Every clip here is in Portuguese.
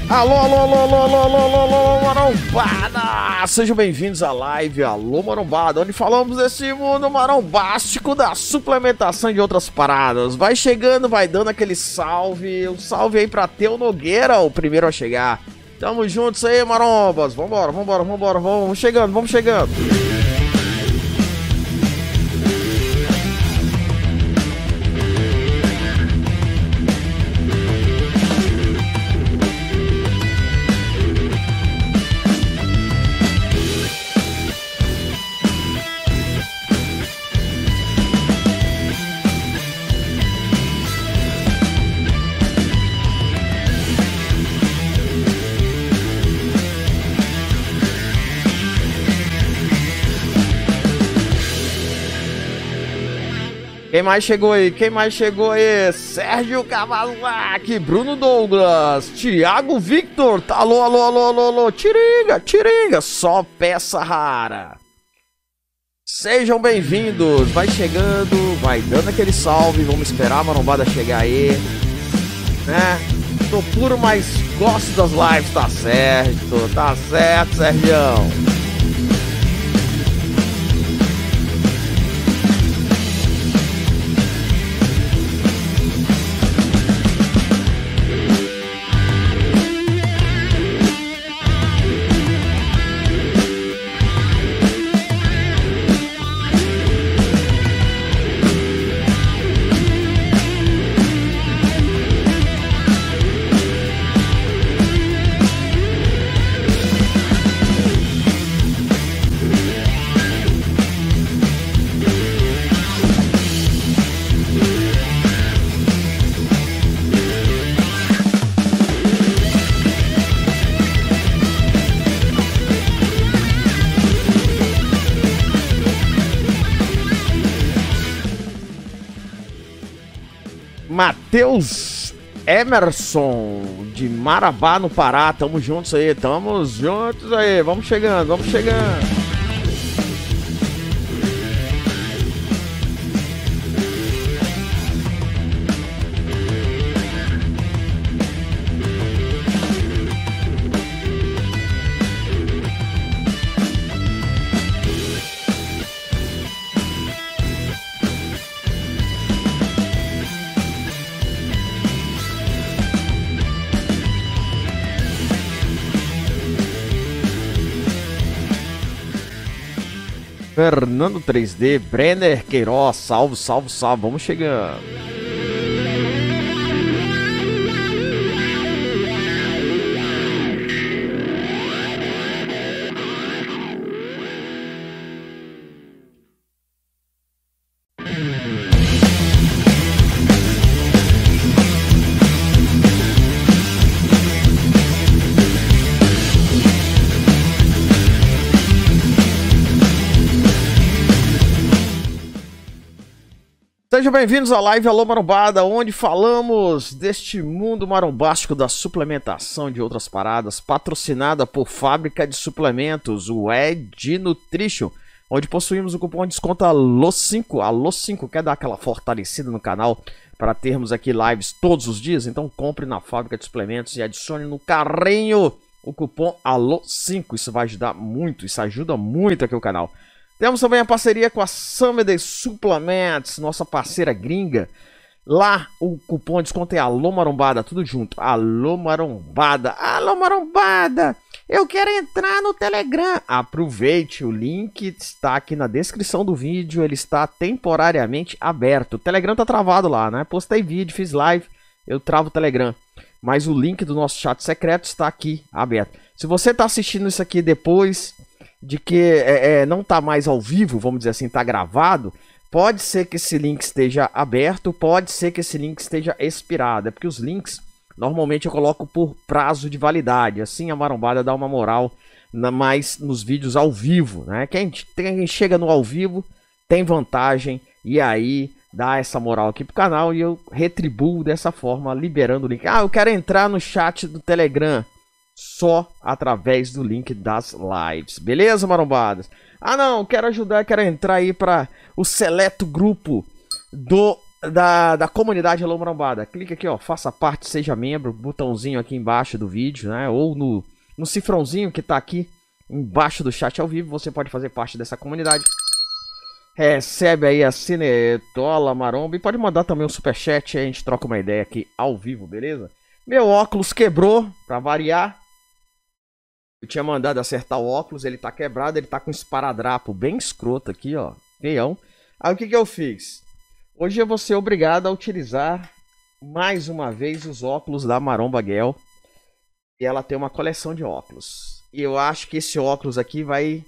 Alô, alô, alô, alô, alô, alô, alô, alô, marombada! Sejam bem-vindos à live Alô Marombada, onde falamos desse mundo marombástico da suplementação de outras paradas. Vai chegando, vai dando aquele salve, um salve aí pra Teu Nogueira, o primeiro a chegar. Tamo juntos aí, marombas, vambora, vambora, vambora, vamos chegando, vamos chegando. Quem mais chegou aí? Quem mais chegou aí? Sérgio Kawasaki, Bruno Douglas, Thiago Victor, alô, alô, alô, alô, alô, Tiringa, Tiringa, só peça rara. Sejam bem-vindos, vai chegando, vai dando aquele salve, vamos esperar a marombada chegar aí, né? Tô puro, mas gosto das lives, tá certo, Sergião. Matheus Emerson, de Marabá, no Pará, tamo juntos aí, vamos chegando, vamos chegando. Fernando 3D, Brenner Queiroz, salve, salve, salve, vamos chegando. Sejam bem-vindos à live Alô Marombada, onde falamos deste mundo marombástico da suplementação de outras paradas, patrocinada por Fábrica de Suplementos, o Ed Nutrition, onde possuímos o cupom de desconto ALO5. ALO5 quer dar aquela fortalecida no canal para termos aqui lives todos os dias? Então compre na Fábrica de Suplementos e adicione no carrinho o cupom ALO5. Isso vai ajudar muito, isso ajuda muito aqui o canal. Temos também a parceria com a Summer Suplements, nossa parceira gringa. Lá o cupom de desconto é Alô Marombada, tudo junto. Alô Marombada, alô Marombada, eu quero entrar no Telegram. Aproveite, o link está aqui na descrição do vídeo, ele está temporariamente aberto. O Telegram tá travado lá, né? Postei vídeo, fiz live, eu travo o Telegram. Mas o link do nosso chat secreto está aqui aberto. Se você está assistindo isso aqui depois de que não tá mais ao vivo, vamos dizer assim, tá gravado, pode ser que esse link esteja aberto, pode ser que esse link esteja expirado, é porque os links normalmente eu coloco por prazo de validade, assim a marombada dá uma moral mais nos vídeos ao vivo, né? Quem chega no ao vivo tem vantagem e aí dá essa moral aqui pro canal e eu retribuo dessa forma, liberando o link. Ah, eu quero entrar no chat do Telegram. Só através do link das lives. Beleza, marombadas? Ah, não, quero ajudar, quero entrar aí para o seleto grupo do da comunidade Alô Marombada. Clica aqui, ó, faça parte, seja membro, botãozinho aqui embaixo do vídeo, né? Ou no cifrãozinho que tá aqui embaixo do chat ao vivo, você pode fazer parte dessa comunidade. Recebe aí a cinetola maromba e pode mandar também um superchat, aí a gente troca uma ideia aqui ao vivo, beleza? Meu óculos quebrou, pra variar. Eu tinha mandado acertar o óculos, ele tá quebrado, ele tá com um esparadrapo bem escroto aqui, ó, feião. Aí o que eu fiz? Hoje eu vou ser obrigado a utilizar mais uma vez os óculos da Maromba Gel. E ela tem uma coleção de óculos. E eu acho que esse óculos aqui vai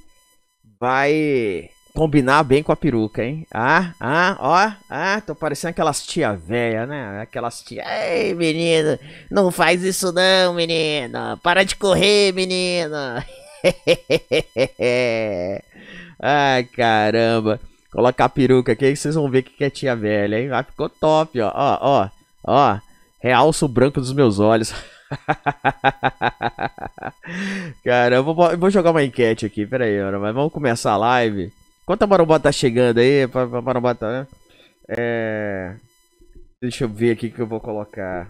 combinar bem com a peruca, hein? Tô parecendo aquelas tia véia, né? Aquelas tia... Ei, menino, não faz isso não, menino. Para de correr, menino. Ai, caramba. Colocar a peruca aqui, aí vocês vão ver que é tia velha, hein? Ah, ficou top, ó. Realça o branco dos meus olhos. Cara, eu vou jogar uma enquete aqui, pera aí, mas vamos começar a live. Enquanto a Marombada tá chegando aí, a Marombada tá, né? Deixa eu ver aqui que eu vou colocar.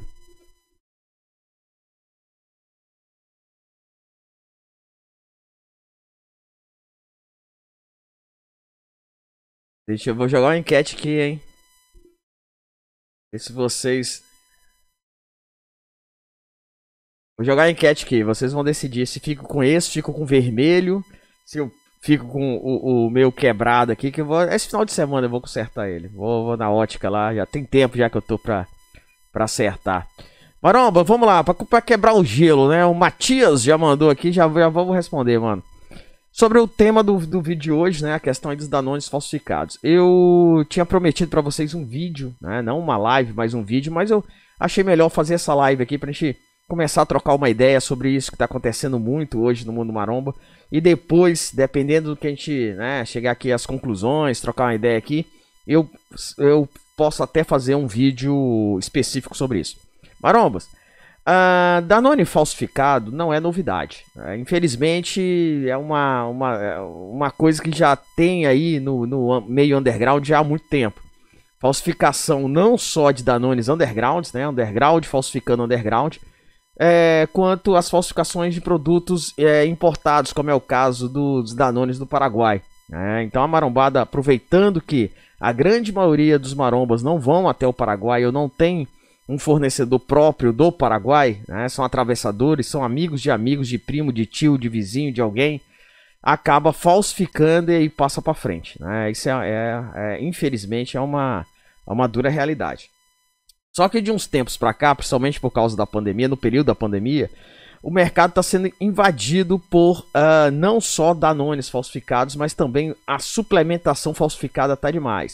Eu vou jogar uma enquete aqui, hein? Ver se vocês... Vou jogar a enquete aqui, vocês vão decidir se fico com esse, fico com vermelho, se eu fico com o meu quebrado aqui, que eu vou... Esse final de semana eu vou consertar ele. Vou na ótica lá, já tem tempo já que eu tô pra acertar. Maromba, vamos lá, pra quebrar o gelo, né? O Matias já mandou aqui, já vamos responder, mano. Sobre o tema do vídeo de hoje, né, a questão aí dos Danones falsificados. Eu tinha prometido pra vocês um vídeo, né, não uma live, mas um vídeo, mas eu achei melhor fazer essa live aqui pra gente começar a trocar uma ideia sobre isso que tá acontecendo muito hoje no mundo maromba. E depois, dependendo do que a gente, né, chegar aqui às conclusões, trocar uma ideia aqui, eu posso até fazer um vídeo específico sobre isso. Marombas, Danone falsificado não é novidade. Infelizmente é uma coisa que já tem aí no meio underground já há muito tempo. Falsificação não só de Danones undergrounds, né? Underground falsificando underground, quanto as falsificações de produtos importados, como é o caso dos Danones do Paraguai. Então a marombada, aproveitando que a grande maioria dos marombas não vão até o Paraguai ou não tem um fornecedor próprio do Paraguai, né? São atravessadores, são amigos, de primo, de tio, de vizinho, de alguém, acaba falsificando e passa para frente, né? Isso infelizmente é uma dura realidade. Só que de uns tempos para cá, principalmente por causa da pandemia, no período da pandemia, o mercado está sendo invadido por não só Danones falsificados, mas também a suplementação falsificada tá demais.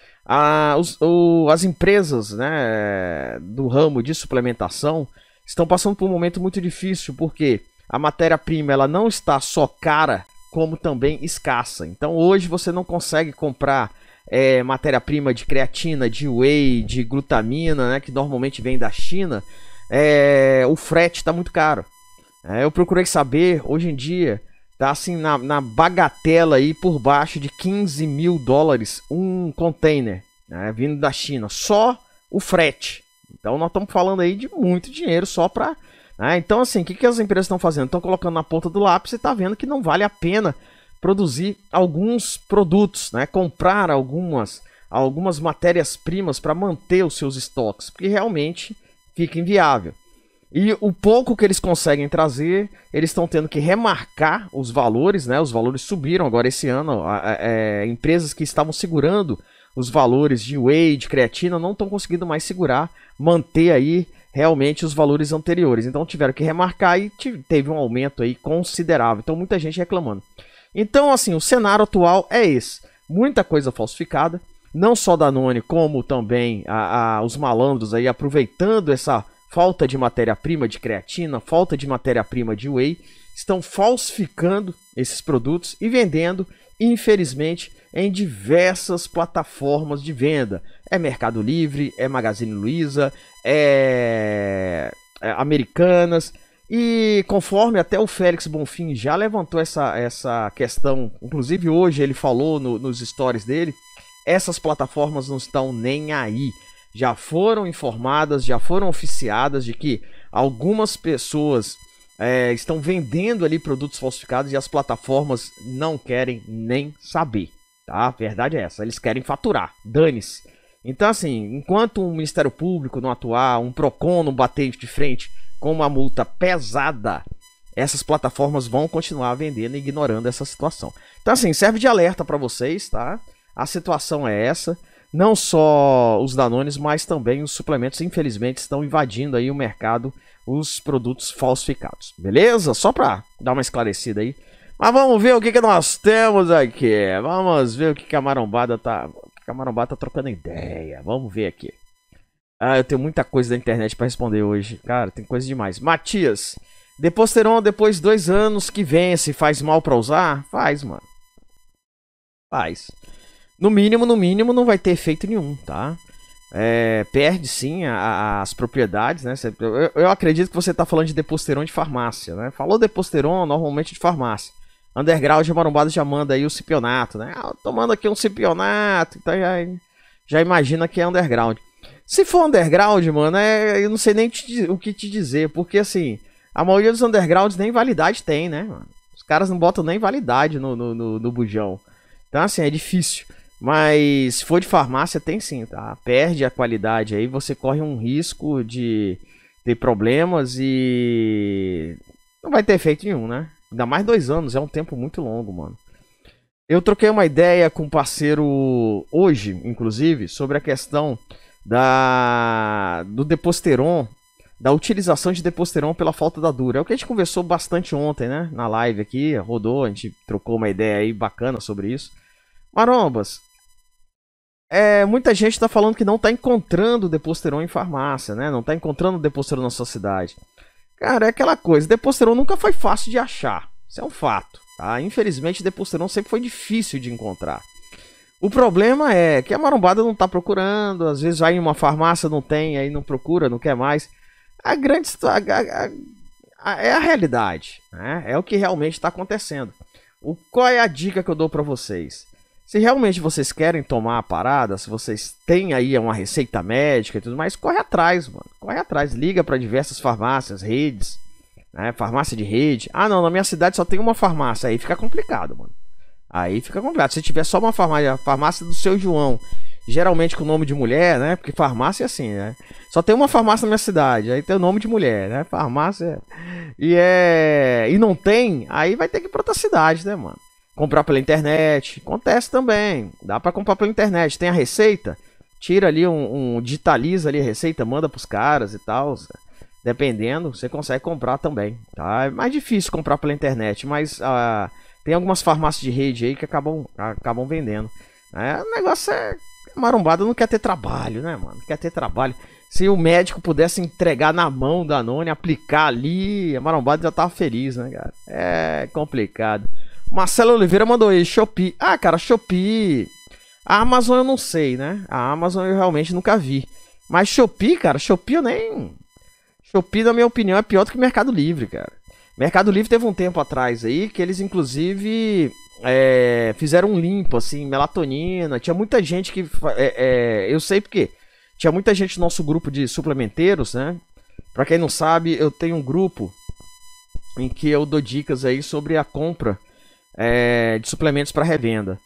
As empresas, né, do ramo de suplementação estão passando por um momento muito difícil, porque a matéria-prima ela não está só cara, como também escassa. Então hoje você não consegue comprar matéria-prima de creatina, de whey, de glutamina, né, que normalmente vem da China. O frete está muito caro. Eu procurei saber, hoje em dia tá assim na bagatela aí por baixo de 15 mil dólares um container, né, vindo da China, só o frete. Então nós estamos falando aí de muito dinheiro só para, né? Então assim, o que as empresas estão fazendo? Estão colocando na ponta do lápis e tá vendo que não vale a pena produzir alguns produtos, né? Comprar algumas matérias-primas para manter os seus estoques, porque realmente fica inviável. E o pouco que eles conseguem trazer, eles estão tendo que remarcar os valores, né? Os valores subiram agora esse ano. Empresas que estavam segurando os valores de whey, de creatina, não estão conseguindo mais segurar, manter aí realmente os valores anteriores. Então tiveram que remarcar e teve um aumento aí considerável. Então muita gente reclamando. Então assim, o cenário atual é esse. Muita coisa falsificada, não só Danone, como também os malandros aí aproveitando essa falta de matéria-prima de creatina, falta de matéria-prima de whey, estão falsificando esses produtos e vendendo, infelizmente, em diversas plataformas de venda. É Mercado Livre, é Magazine Luiza, é Americanas. E conforme até o Félix Bonfim já levantou essa questão, inclusive hoje ele falou nos stories dele, essas plataformas não estão nem aí. Já foram informadas, já foram oficiadas de que algumas pessoas estão vendendo ali produtos falsificados e as plataformas não querem nem saber, tá? A verdade é essa, eles querem faturar, dane-se. Então assim, enquanto o Ministério Público não atuar, um PROCON não bater de frente com uma multa pesada, essas plataformas vão continuar vendendo e ignorando essa situação. Então assim, serve de alerta para vocês, tá? A situação é essa. Não só os Danones, mas também os suplementos, infelizmente, estão invadindo aí o mercado, os produtos falsificados. Beleza? Só para dar uma esclarecida aí. Mas vamos ver o que nós temos aqui. Vamos ver o que a marombada tá... A marombada tá trocando ideia. Vamos ver aqui. Ah, eu tenho muita coisa da internet para responder hoje. Cara, tem coisa demais. Matias, Deposteron depois de 2 anos que vence, faz mal para usar? Faz, mano. Faz. No mínimo, não vai ter efeito nenhum, tá? Perde sim as propriedades, né? Eu acredito que você tá falando de Deposteron de farmácia, né? Falou Deposteron, normalmente de farmácia. Underground, a marombada já manda aí o cipionato, né? Tomando aqui um cipionato, então já imagina que é underground. Se for underground, mano, eu não sei nem o que te dizer, porque assim, a maioria dos undergrounds nem validade tem, né, mano? Os caras não botam nem validade no bujão. Então assim, é difícil. Mas se for de farmácia, tem sim, tá? Perde a qualidade aí, você corre um risco de ter problemas e não vai ter efeito nenhum, né? Ainda mais 2 anos, é um tempo muito longo, mano. Eu troquei uma ideia com um parceiro hoje, inclusive, sobre a questão do Deposteron, da utilização de Deposteron pela falta da dura. É o que a gente conversou bastante ontem, né? Na live aqui, rodou, a gente trocou uma ideia aí bacana sobre isso. Marombas, muita gente está falando que não está encontrando Deposteron em farmácia, né? Não está encontrando Deposteron na sua cidade. Cara, é aquela coisa, Deposteron nunca foi fácil de achar, isso é um fato, tá? Infelizmente, Deposteron sempre foi difícil de encontrar. O problema é que a marombada não está procurando, às vezes vai em uma farmácia, não tem, aí não procura, não quer mais. A grande é a realidade, né? É o que realmente está acontecendo. Qual é a dica que eu dou para vocês? Se realmente vocês querem tomar a parada, se vocês têm aí uma receita médica e tudo mais, corre atrás, mano. Corre atrás, liga para diversas farmácias, redes, né? Farmácia de rede. Ah, não, na minha cidade só tem uma farmácia. Aí fica complicado, mano. Aí fica complicado. Se tiver só uma farmácia, a farmácia do seu João, geralmente com nome de mulher, né? Porque farmácia é assim, né? Só tem uma farmácia na minha cidade, aí tem o nome de mulher, né? Farmácia. E não tem, aí vai ter que ir pra outra cidade, né, mano? Comprar pela internet, acontece também, dá pra comprar pela internet, tem a receita, tira ali digitaliza ali a receita, manda pros caras e tal, dependendo, você consegue comprar também, tá? É mais difícil comprar pela internet, mas tem algumas farmácias de rede aí que acabam vendendo. O negócio é, marombada não quer ter trabalho, né, mano? Não quer ter trabalho. Se o médico pudesse entregar na mão da Danone, aplicar ali, a marombada já tava feliz, né, cara? É complicado. Marcelo Oliveira mandou aí, Shopee. Ah, cara, Shopee. A Amazon eu não sei, né? A Amazon eu realmente nunca vi. Mas Shopee, cara, Shopee eu nem... Shopee, na minha opinião, é pior do que Mercado Livre, cara. Mercado Livre teve um tempo atrás aí que eles, inclusive, fizeram um limpo, assim, melatonina. Tinha muita gente que... eu sei porque tinha muita gente no nosso grupo de suplementeiros, né? Pra quem não sabe, eu tenho um grupo em que eu dou dicas aí sobre a compra de suplementos para revenda.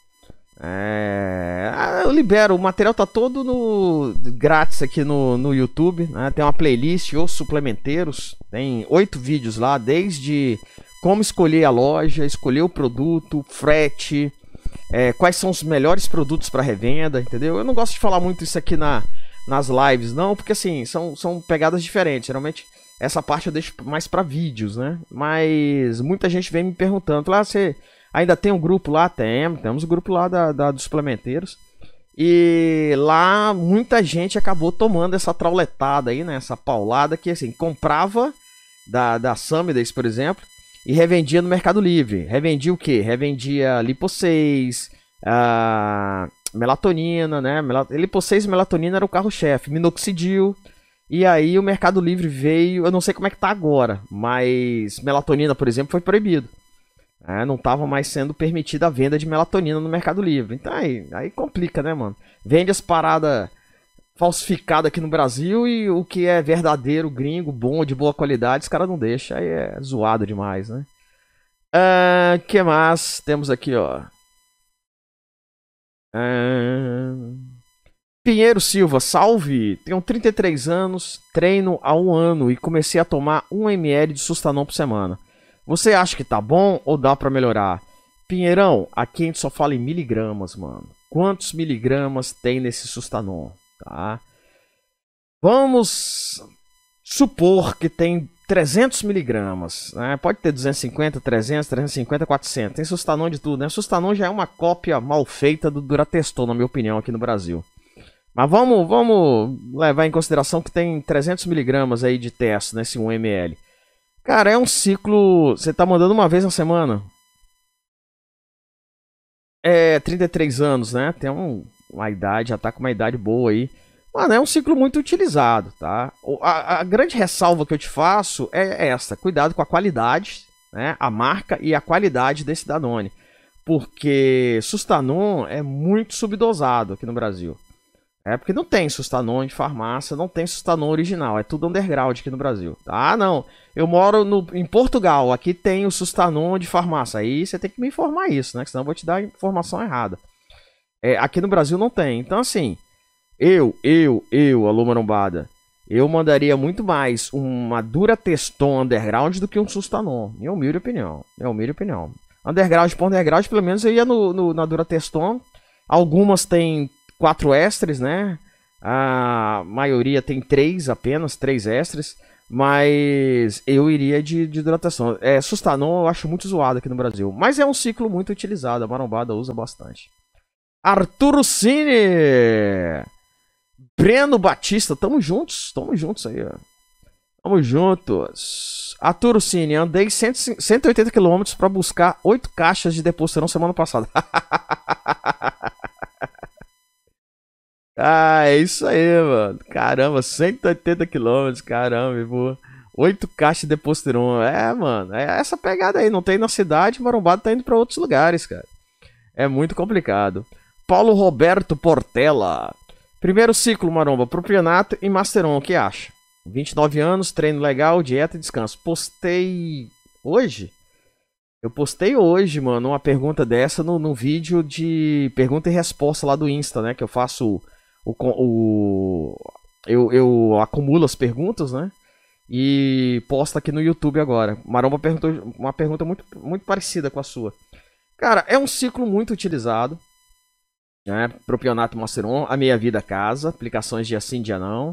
Eu libero, o material tá todo grátis aqui no YouTube, né? Tem uma playlist, Os Suplementeiros, tem 8 vídeos lá, desde como escolher a loja, escolher o produto, frete, quais são os melhores produtos para revenda, entendeu? Eu não gosto de falar muito isso aqui nas lives, não, porque assim, são pegadas diferentes, geralmente essa parte eu deixo mais para vídeos, né? Mas muita gente vem me perguntando, você ainda tem um grupo lá? Temos o grupo lá dos suplementeiros. E lá muita gente acabou tomando essa trauletada aí, né? Essa paulada que assim, comprava da Samidays, por exemplo, e revendia no Mercado Livre. Revendia o quê? Revendia Lipo 6, melatonina, né? Lipo 6 e melatonina era o carro-chefe, minoxidil. E aí o Mercado Livre veio, eu não sei como é que tá agora, mas melatonina, por exemplo, foi proibido. Não tava mais sendo permitida a venda de melatonina no Mercado Livre. Então aí complica, né, mano? Vende as paradas falsificadas aqui no Brasil e o que é verdadeiro, gringo, bom, de boa qualidade, os caras não deixam. Aí é zoado demais, né? Que mais temos aqui, ó? Pinheiro Silva, salve! Tenho 33 anos, treino há 1 ano e comecei a tomar 1 ml de Sustanon por semana. Você acha que tá bom ou dá pra melhorar? Pinheirão, aqui a gente só fala em miligramas, mano. Quantos miligramas tem nesse Sustanon, tá? Vamos supor que tem 300 miligramas, né? Pode ter 250, 300, 350, 400. Tem Sustanon de tudo, né? Sustanon já é uma cópia mal feita do Durateston, na minha opinião, aqui no Brasil. Mas vamos levar em consideração que tem 300 miligramas aí de teste nesse 1 ml. Cara, é um ciclo... Você tá mandando uma vez na semana. 33 anos, né? Tem uma idade, já tá com uma idade boa aí. Mano, é um ciclo muito utilizado, tá? A grande ressalva que eu te faço é essa. Cuidado com a qualidade, né? A marca e a qualidade desse Danone. Porque Sustanon é muito subdosado aqui no Brasil. Porque não tem Sustanon de farmácia, não tem Sustanon original. É tudo underground aqui no Brasil. Ah, não. Eu moro em Portugal, aqui tem o Sustanon de farmácia. Aí você tem que me informar isso, né? Senão eu vou te dar a informação errada. Aqui no Brasil não tem. Então, assim... Alô Marombada, eu mandaria muito mais uma Durateston Underground do que um Sustanon. Minha humilde opinião. Underground por underground, pelo menos eu ia na Durateston. Algumas tem 4 extras, né? A maioria tem 3 apenas, 3 extras. Mas eu iria de Durateston. Sustanon eu acho muito zoado aqui no Brasil. Mas é um ciclo muito utilizado, a Marombada usa bastante. Arturo Cine! Breno Batista, tamo juntos aí, ó. Tamo juntos. Arturo Cine, andei 180 km pra buscar 8 caixas de Deposteron semana passada. É isso aí, mano. Caramba, 180 km, caramba, pô. 8 caixas de Deposteron. Mano, é essa pegada aí. Não tem na cidade, Marombado tá indo pra outros lugares, cara. É muito complicado. Paulo Roberto Portela. Primeiro ciclo, Maromba, Propionato e Masteron, o que acha? 29 anos, treino legal, dieta e descanso. Postei hoje? Eu postei hoje, mano, uma pergunta dessa no vídeo de pergunta e resposta lá do Insta, né? Que eu faço eu acumulo as perguntas, né? E posto aqui no YouTube agora. Maromba perguntou uma pergunta muito, muito parecida com a sua. Cara, é um ciclo muito utilizado. Propionato Masteron, a meia vida casa, aplicações dia sim, dia não.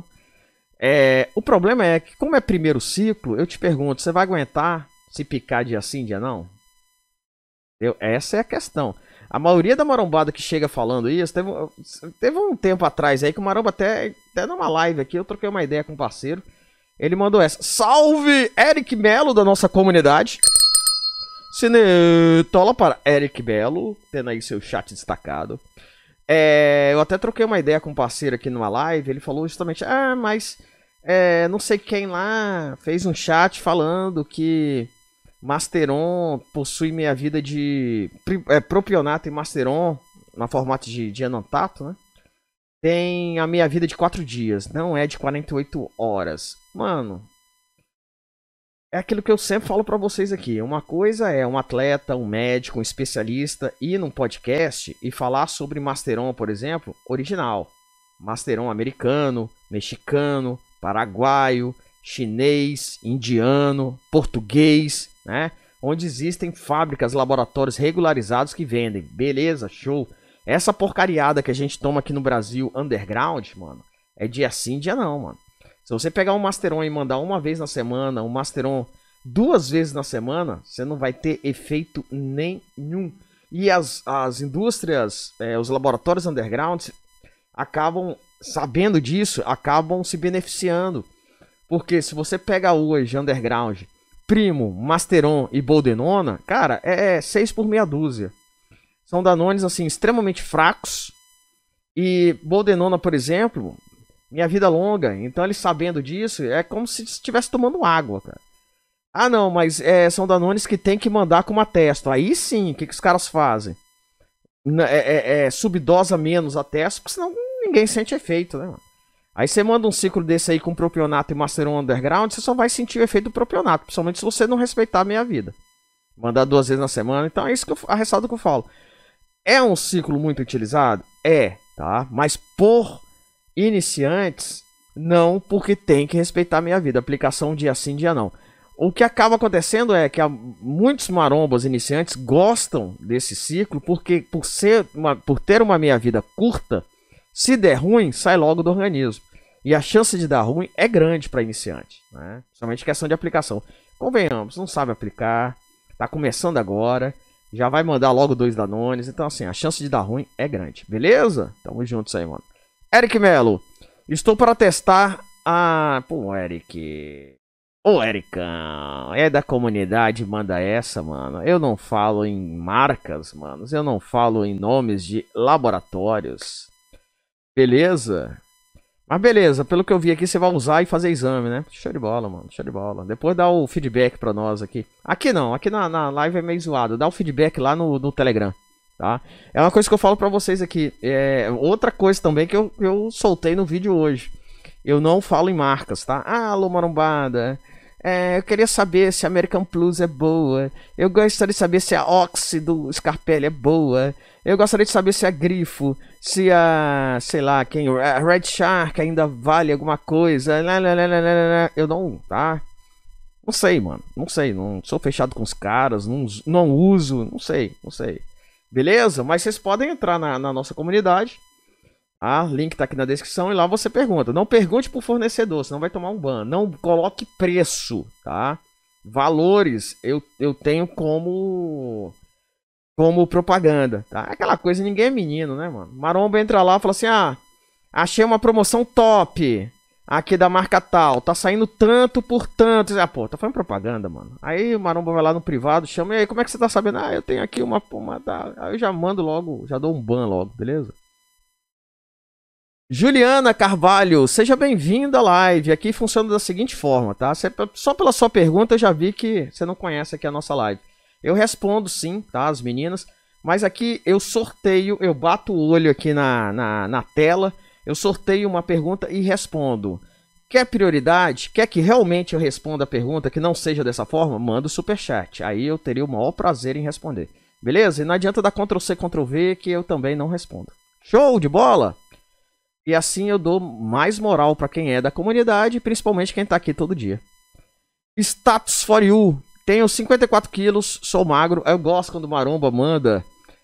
O problema é que, como é primeiro ciclo, eu te pergunto, você vai aguentar se picar dia sim, dia não? Essa é a questão. A maioria da marombada que chega falando isso, teve um tempo atrás aí que o Maromba até numa live aqui, eu troquei uma ideia com um parceiro. Ele mandou essa: salve Eric Melo da nossa comunidade. Cinetola para Eric Melo, tendo aí seu chat destacado. Eu até troquei uma ideia com um parceiro aqui numa live. Ele falou justamente: mas não sei quem lá fez um chat falando que Masteron possui meia vida de Propionato e Masteron na formato de anantato, né? Tem a meia vida de 4 dias, não é de 48 horas. Mano, é aquilo que eu sempre falo pra vocês aqui. Uma coisa é um atleta, um médico, um especialista ir num podcast e falar sobre Masteron, por exemplo, original. Masteron americano, mexicano, paraguaio, chinês, indiano, português, né? Onde existem fábricas, laboratórios regularizados que vendem. Beleza, show. Essa porcariada que a gente toma aqui no Brasil, underground, mano, é dia sim, dia não, mano. Se você pegar um Masteron e mandar uma vez na semana, um Masteron 2 vezes na semana, você não vai ter efeito nenhum. E as indústrias, os laboratórios underground, acabam sabendo disso, acabam se beneficiando. Porque se você pega hoje underground, Primo, Masteron e Boldenona, cara, 6 por meia dúzia. São danones, assim, extremamente fracos. E Boldenona, por exemplo, minha vida longa. Então, ele sabendo disso, é como se estivesse tomando água, cara. Ah, não, mas são Danones que tem que mandar com uma testo. Aí sim, o que os caras fazem? Subdosa menos a testo, porque senão ninguém sente efeito, né, mano? Aí você manda um ciclo desse aí com propionato e Masteron Underground, você só vai sentir o efeito do propionato, principalmente se você não respeitar a meia vida. Mandar 2 vezes na semana, então é isso a ressalva que eu falo. É um ciclo muito utilizado? Tá? Mas por iniciantes, não, porque tem que respeitar a meia vida. Aplicação dia sim, dia não. O que acaba acontecendo é que muitos marombas iniciantes gostam desse ciclo, porque por ter uma meia vida curta, se der ruim, sai logo do organismo. E a chance de dar ruim é grande para iniciante, né? Principalmente questão de aplicação. Convenhamos, não sabe aplicar, tá começando agora, já vai mandar logo 2 Danones, então assim, a chance de dar ruim é grande, beleza? Tamo juntos aí, mano. Eric Melo, estou para testar a... Pô, Eric... Ô, Ericão, é da comunidade, manda essa, mano. Eu não falo em marcas, mano. Eu não falo em nomes de laboratórios. Beleza? Mas beleza, pelo que eu vi aqui, você vai usar e fazer exame, né? Show de bola, mano. Show de bola. Depois dá o feedback pra nós aqui. Aqui não, aqui na live é meio zoado. Dá o feedback lá no Telegram, tá? É uma coisa que eu falo pra vocês aqui. Outra coisa também que eu soltei no vídeo hoje. Eu não falo em marcas, tá? Ah, alô, marombada. Eu queria saber se a American Plus é boa. Eu gostaria de saber se a Oxy do Scarpelli é boa. Eu gostaria de saber se a Grifo, se a, sei lá, a Red Shark ainda vale alguma coisa. Eu não, tá? Não sei, mano. Não sei, não sou fechado com os caras, não uso, não sei. Beleza? Mas vocês podem entrar na nossa comunidade. Link tá aqui na descrição e lá você pergunta. Não pergunte pro fornecedor, senão vai tomar um ban. Não coloque preço, tá? Valores eu tenho como propaganda, tá? Aquela coisa, ninguém é menino, né, mano? Maromba entra lá e fala assim: achei uma promoção top aqui da marca tal, tá saindo tanto por tanto. Pô, tá fazendo propaganda, mano. Aí o Maromba vai lá no privado, chama, e aí, como é que você tá sabendo? Eu tenho aqui uma aí eu já mando logo, já dou um ban logo, beleza? Juliana Carvalho, seja bem-vinda à live. Aqui funciona da seguinte forma, tá? Só pela sua pergunta eu já vi que você não conhece aqui a nossa live. Eu respondo sim, tá, as meninas, mas aqui eu sorteio, eu bato o olho aqui na tela, eu sorteio uma pergunta e respondo. Quer prioridade? Quer que realmente eu responda a pergunta que não seja dessa forma? Manda o superchat, aí eu teria o maior prazer em responder. Beleza? E não adianta dar Ctrl+C, Ctrl+V que eu também não respondo. Show de bola? E assim eu dou mais moral para quem é da comunidade, principalmente quem tá aqui todo dia. Status for you. Tenho 54 quilos, sou magro. Eu gosto quando o Maromba manda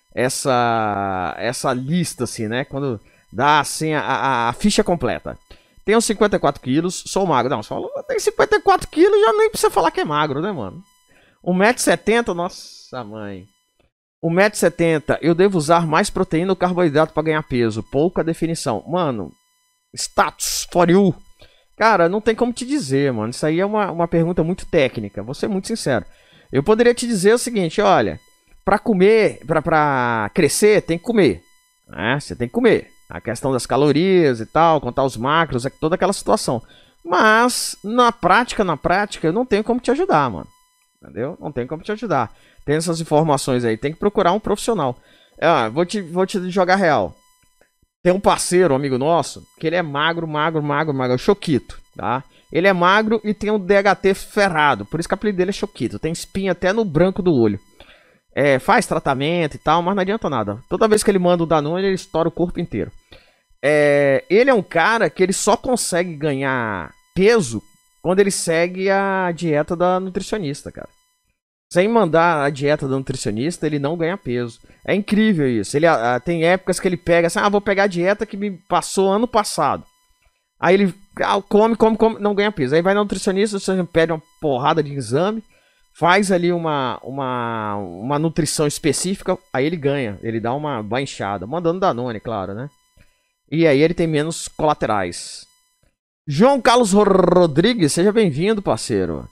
essa lista assim, né? Quando dá assim a ficha completa. Tenho 54 quilos, sou magro. Não, você falou, tem 54 quilos, já nem precisa falar que é magro, né, mano? 1,70 m, nossa mãe. 1,70 m, eu devo usar mais proteína ou carboidrato para ganhar peso? Pouca definição. Mano, status for you. Cara, não tem como te dizer, mano. Isso aí é uma pergunta muito técnica. Vou ser muito sincero. Eu poderia te dizer o seguinte, olha. Pra comer, pra crescer, tem que comer. Né? Você tem que comer. A questão das calorias e tal, contar os macros, toda aquela situação. Mas, na prática, eu não tenho como te ajudar, mano. Entendeu? Não tem como te ajudar. Tem essas informações aí, tem que procurar um profissional. Vou te jogar real. Tem um parceiro, um amigo nosso, que ele é magro, é o Choquito, tá? Ele é magro e tem um DHT ferrado, por isso que o apelido dele é Choquito. Tem espinha até no branco do olho. Faz tratamento e tal, mas não adianta nada. Toda vez que ele manda o Danone, ele estoura o corpo inteiro. Ele é um cara que ele só consegue ganhar peso quando ele segue a dieta da nutricionista, cara. Sem mandar a dieta do nutricionista, ele não ganha peso. É incrível isso. Ele tem épocas que ele pega assim, vou pegar a dieta que me passou ano passado. Aí ele come, não ganha peso. Aí vai no nutricionista, você pede uma porrada de exame, faz ali uma nutrição específica, aí ele ganha. Ele dá uma baixada, mandando Danone, claro, né? E aí ele tem menos colaterais. João Carlos Rodrigues, seja bem-vindo, parceiro.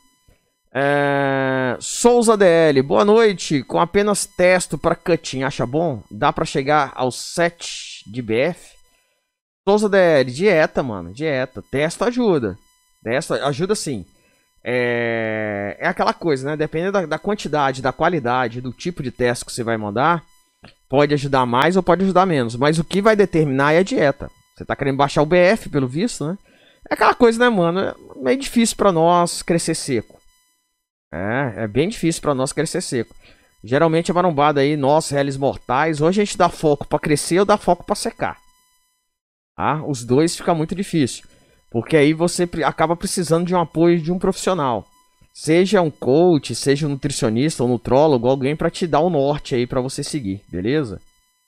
Souza DL, boa noite. Com apenas testo para cutting, acha bom? Dá para chegar aos 7 de BF? Souza DL, dieta, mano, dieta. Testo ajuda. Testo ajuda sim. É aquela coisa, né? Dependendo da quantidade, da qualidade, do tipo de teste que você vai mandar, pode ajudar mais ou pode ajudar menos. Mas o que vai determinar é a dieta. Você tá querendo baixar o BF, pelo visto, né? É aquela coisa, né, mano? É meio difícil pra nós crescer seco. É bem difícil pra nós crescer seco. Geralmente a marombada aí, nós, réis mortais, ou a gente dá foco pra crescer ou dá foco pra secar. Tá? Os dois fica muito difícil. Porque aí você acaba precisando de um apoio de um profissional. Seja um coach, seja um nutricionista, um nutrólogo, alguém para te dar o norte aí para você seguir, beleza?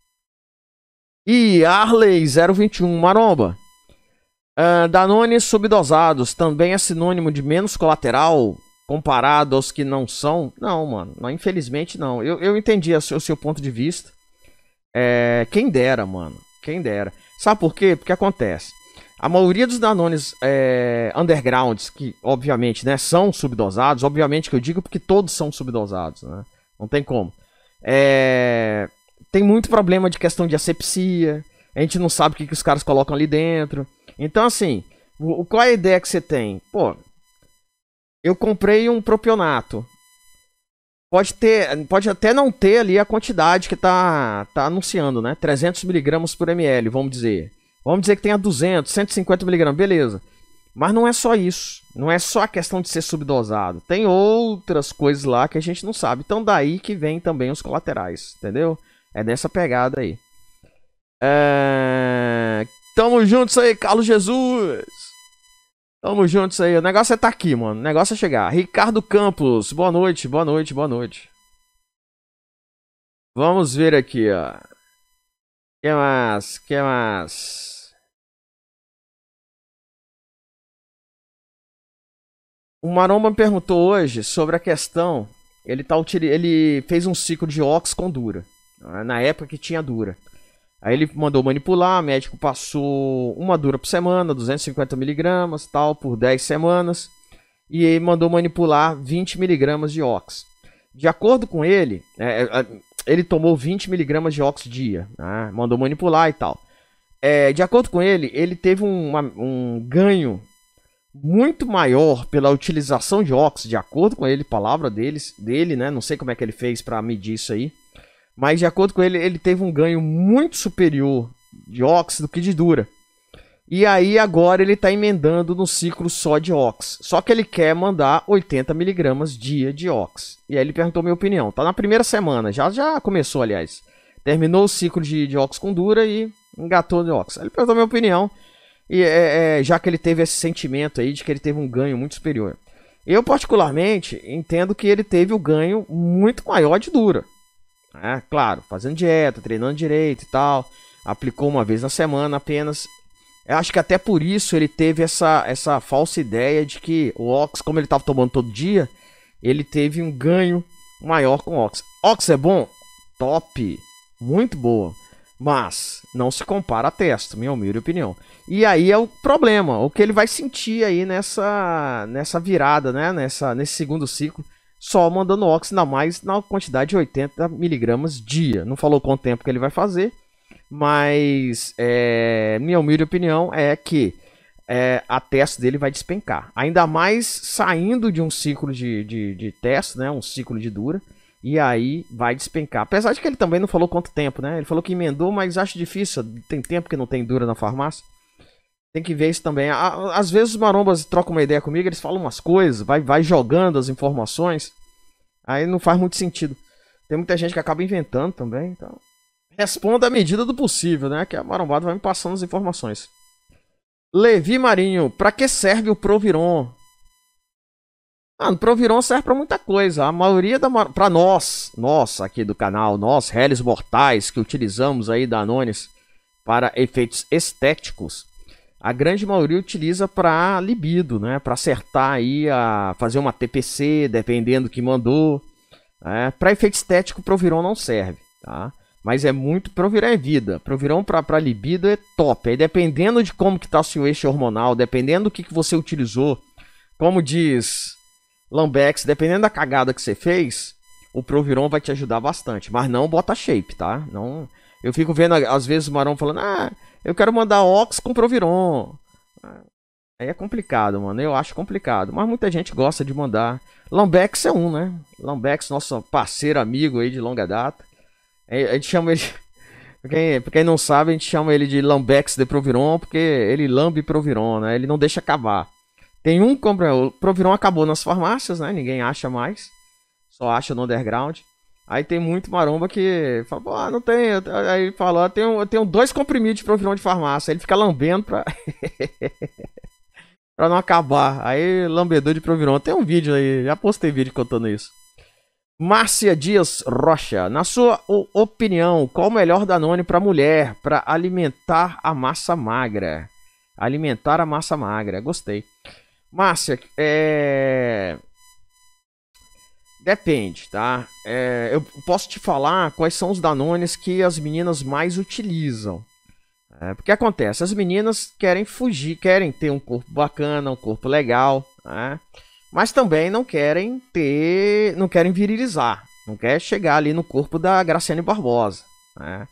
E Arley 021, maromba. Danone subdosados também é sinônimo de menos colateral comparado aos que não são? Não, mano. Não, infelizmente não. Eu entendi o seu ponto de vista. Quem dera, mano. Quem dera. Sabe por quê? Porque acontece. A maioria dos Danones undergrounds, que obviamente, né, são subdosados, obviamente que eu digo porque todos são subdosados, né? Não tem como. Tem muito problema de questão de asepsia, a gente não sabe o que os caras colocam ali dentro. Então, assim, qual é a ideia que você tem? Pô, eu comprei um propionato. Pode até não ter ali a quantidade que tá anunciando, né? 300 mg por ml, vamos dizer. Vamos dizer que tenha 200, 150 mg, beleza. Mas não é só isso. Não é só a questão de ser subdosado. Tem outras coisas lá que a gente não sabe. Então daí que vem também os colaterais, entendeu? É nessa pegada aí. Tamo juntos aí, Carlos Jesus. Tamo juntos aí. O negócio é tá aqui, mano. O negócio é chegar. Ricardo Campos, boa noite, boa noite, boa noite. Vamos ver aqui, ó. Que mais? Que mais? O Maromba me perguntou hoje sobre a questão. Ele fez um ciclo de Ox com Dura. Na época que tinha Dura. Aí ele mandou manipular, o médico passou uma Dura por semana, 250 mg, tal, por 10 semanas. E ele mandou manipular 20 mg de Ox. De acordo com ele, ele tomou 20 mg de Ox dia. Né? Mandou manipular e tal. De acordo com ele, ele teve um ganho muito maior pela utilização de Ox, de acordo com ele, palavra dele, né? Não sei como é que ele fez para medir isso aí, mas de acordo com ele, ele teve um ganho muito superior de Ox do que de Dura. E aí agora ele está emendando no ciclo só de Ox. Só que ele quer mandar 80 mg dia de Ox. E aí ele perguntou minha opinião. Tá na primeira semana, já começou, aliás. Terminou o ciclo de Ox com Dura e engatou de Ox. Aí ele perguntou minha opinião. E já que ele teve esse sentimento aí de que ele teve um ganho muito superior. Eu, particularmente, entendo que ele teve o ganho muito maior de Dura. Claro, fazendo dieta, treinando direito e tal. Aplicou uma vez na semana apenas. Eu acho que até por isso ele teve essa falsa ideia de que o Ox, como ele estava tomando todo dia, ele teve um ganho maior com o Ox. Ox é bom? Top! Muito boa. Mas não se compara a Testo, minha humilde opinião. E aí é o problema, o que ele vai sentir aí nessa virada, né? Nesse segundo ciclo, só mandando Ox, ainda mais na quantidade de 80 mg dia. Não falou quanto tempo que ele vai fazer, mas minha humilde opinião é que a Testo dele vai despencar. Ainda mais saindo de um ciclo de Testo, né? Um ciclo de Dura. E aí vai despencar. Apesar de que ele também não falou quanto tempo, né? Ele falou que emendou, mas acho difícil. Tem tempo que não tem Dura na farmácia. Tem que ver isso também. Às vezes os marombas trocam uma ideia comigo, eles falam umas coisas, vai jogando as informações. Aí não faz muito sentido. Tem muita gente que acaba inventando também. Então, responda à medida do possível, né? Que a marombada vai me passando as informações. Levi Marinho, pra que serve o Proviron? O Proviron serve pra muita coisa. A maioria pra nós aqui do canal, nós, réis mortais, que utilizamos aí Danones para efeitos estéticos, a grande maioria utiliza para libido, né? Para acertar aí, fazer uma TPC, dependendo do que mandou. Para efeito estético, Proviron não serve, tá? Mas é muito... Proviron é vida. Proviron para libido é top. Aí dependendo de como que tá o seu eixo hormonal, dependendo do que você utilizou, como diz Lambex, dependendo da cagada que você fez, o Proviron vai te ajudar bastante. Mas não bota shape, tá? Não... Eu fico vendo, às vezes, o Marão falando, eu quero mandar Ox com Proviron. Aí é complicado, mano. Eu acho complicado. Mas muita gente gosta de mandar. Lambex é um, né? Lambex, nosso parceiro, amigo aí de longa data. A gente chama ele. Pra quem não sabe, a gente chama ele de Lambex de Proviron, porque ele lambe Proviron, né? Ele não deixa acabar. Tem um compra. O Proviron acabou nas farmácias, né? Ninguém acha mais. Só acha no underground. Aí tem muito maromba que fala, pô, não tem. Aí fala, eu tenho 2 comprimidos de Proviron de farmácia. Ele fica lambendo pra. Pra não acabar. Aí, lambedor de Proviron. Tem um vídeo aí, já postei vídeo contando isso. Márcia Dias Rocha, na sua opinião, qual o melhor Danone para mulher para alimentar a massa magra? Alimentar a massa magra, gostei. Márcia, depende, tá? Eu posso te falar quais são os Danones que as meninas mais utilizam. Porque acontece, as meninas querem fugir, querem ter um corpo bacana, um corpo legal, né? Mas também não querem virilizar, não quer chegar ali no corpo da Graciane Barbosa, né?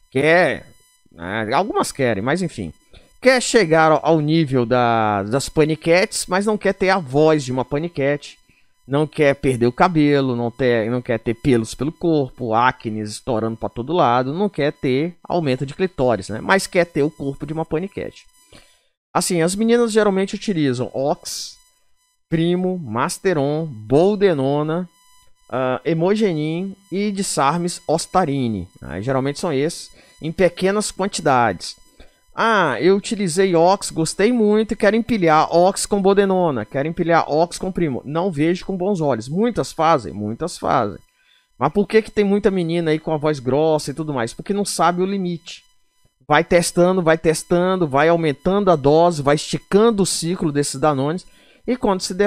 Algumas querem, mas enfim, quer chegar ao nível das paniquetes, mas não quer ter a voz de uma paniquete, não quer perder o cabelo, não quer ter pelos pelo corpo, acne estourando para todo lado, não quer ter aumento de clitóris, né? Mas quer ter o corpo de uma paniquete. Assim, as meninas geralmente utilizam Ox, Primo, Masteron, Boldenona, Hemogenin e Disarmes Ostarine. Geralmente são esses, em pequenas quantidades. Eu utilizei Ox, gostei muito e quero empilhar Ox com Boldenona, quero empilhar Ox com Primo. Não vejo com bons olhos. Muitas fazem. Mas por que tem muita menina aí com a voz grossa e tudo mais? Porque não sabe o limite. Vai testando, vai aumentando a dose, vai esticando o ciclo desses Danones. E quando se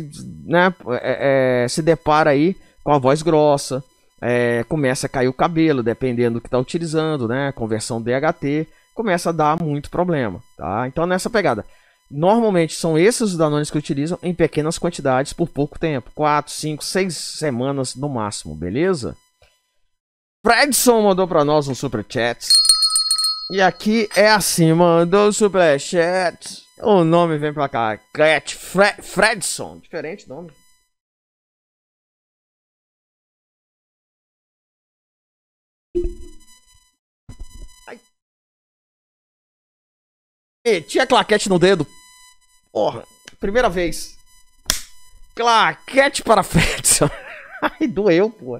depara aí com a voz grossa, começa a cair o cabelo, dependendo do que está utilizando, né? Conversão DHT, começa a dar muito problema, tá? Então nessa pegada. Normalmente são esses os Danones que utilizam em pequenas quantidades por pouco tempo. 4, 5, 6 semanas no máximo, beleza? Fredson mandou para nós um superchat. E aqui é acima do superchat. O nome vem pra cá. Fredson. Diferente nome. Ai. E, tinha claquete no dedo. Porra, primeira vez. Claquete para Fredson. Ai, doeu, pô.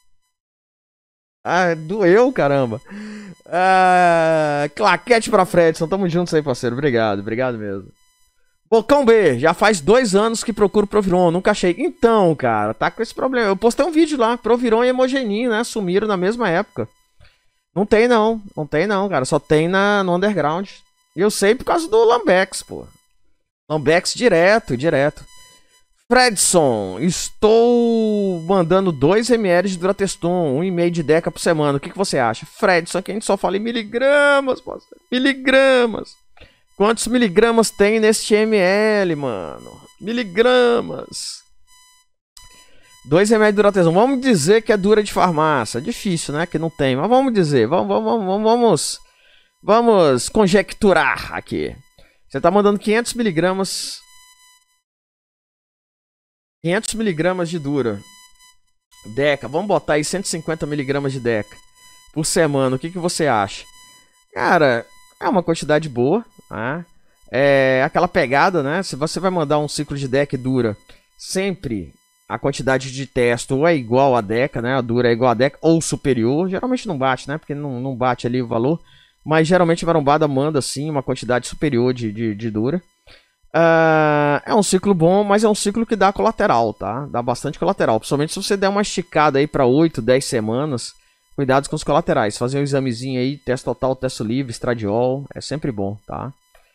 Doeu, caramba. Claquete pra Fredson. Tamo juntos aí, parceiro. Obrigado mesmo. Bocão B, já faz 2 anos que procuro Proviron, nunca achei. Então, cara, tá com esse problema. Eu postei um vídeo lá, Proviron e Hemogenin, né? Sumiram na mesma época. Não tem não, cara. Só tem no underground. E eu sei por causa do Lambex, pô. Lambex direto. Fredson, estou mandando 2 ml de Durateston, 1,5 de Deca por semana. O que você acha? Fredson, aqui a gente só fala em miligramas, parceiro. Miligramas. Quantos miligramas tem neste ml, mano? Miligramas. 2 ml de Durateston. Vamos dizer que é dura de farmácia. Difícil, né? Que não tem. Mas vamos dizer. Vamos conjecturar aqui. Você tá mandando 500 miligramas... 500 miligramas de Dura. Deca, vamos botar aí 150 miligramas de Deca por semana. O que você acha? Cara, é uma quantidade boa, né? É aquela pegada, né? Se você vai mandar um ciclo de Deca e Dura, sempre a quantidade de testo ou é igual a Deca, né? A Dura é igual a Deca ou superior. Geralmente não bate, né? Porque não bate ali o valor. Mas geralmente a marombada manda sim uma quantidade superior de Dura. É um ciclo bom, mas é um ciclo que dá colateral, tá? Dá bastante colateral. Principalmente se você der uma esticada aí para 8, 10 semanas. Cuidado com os colaterais. Fazer um examezinho aí, teste total, teste livre, estradiol. É sempre bom, tá?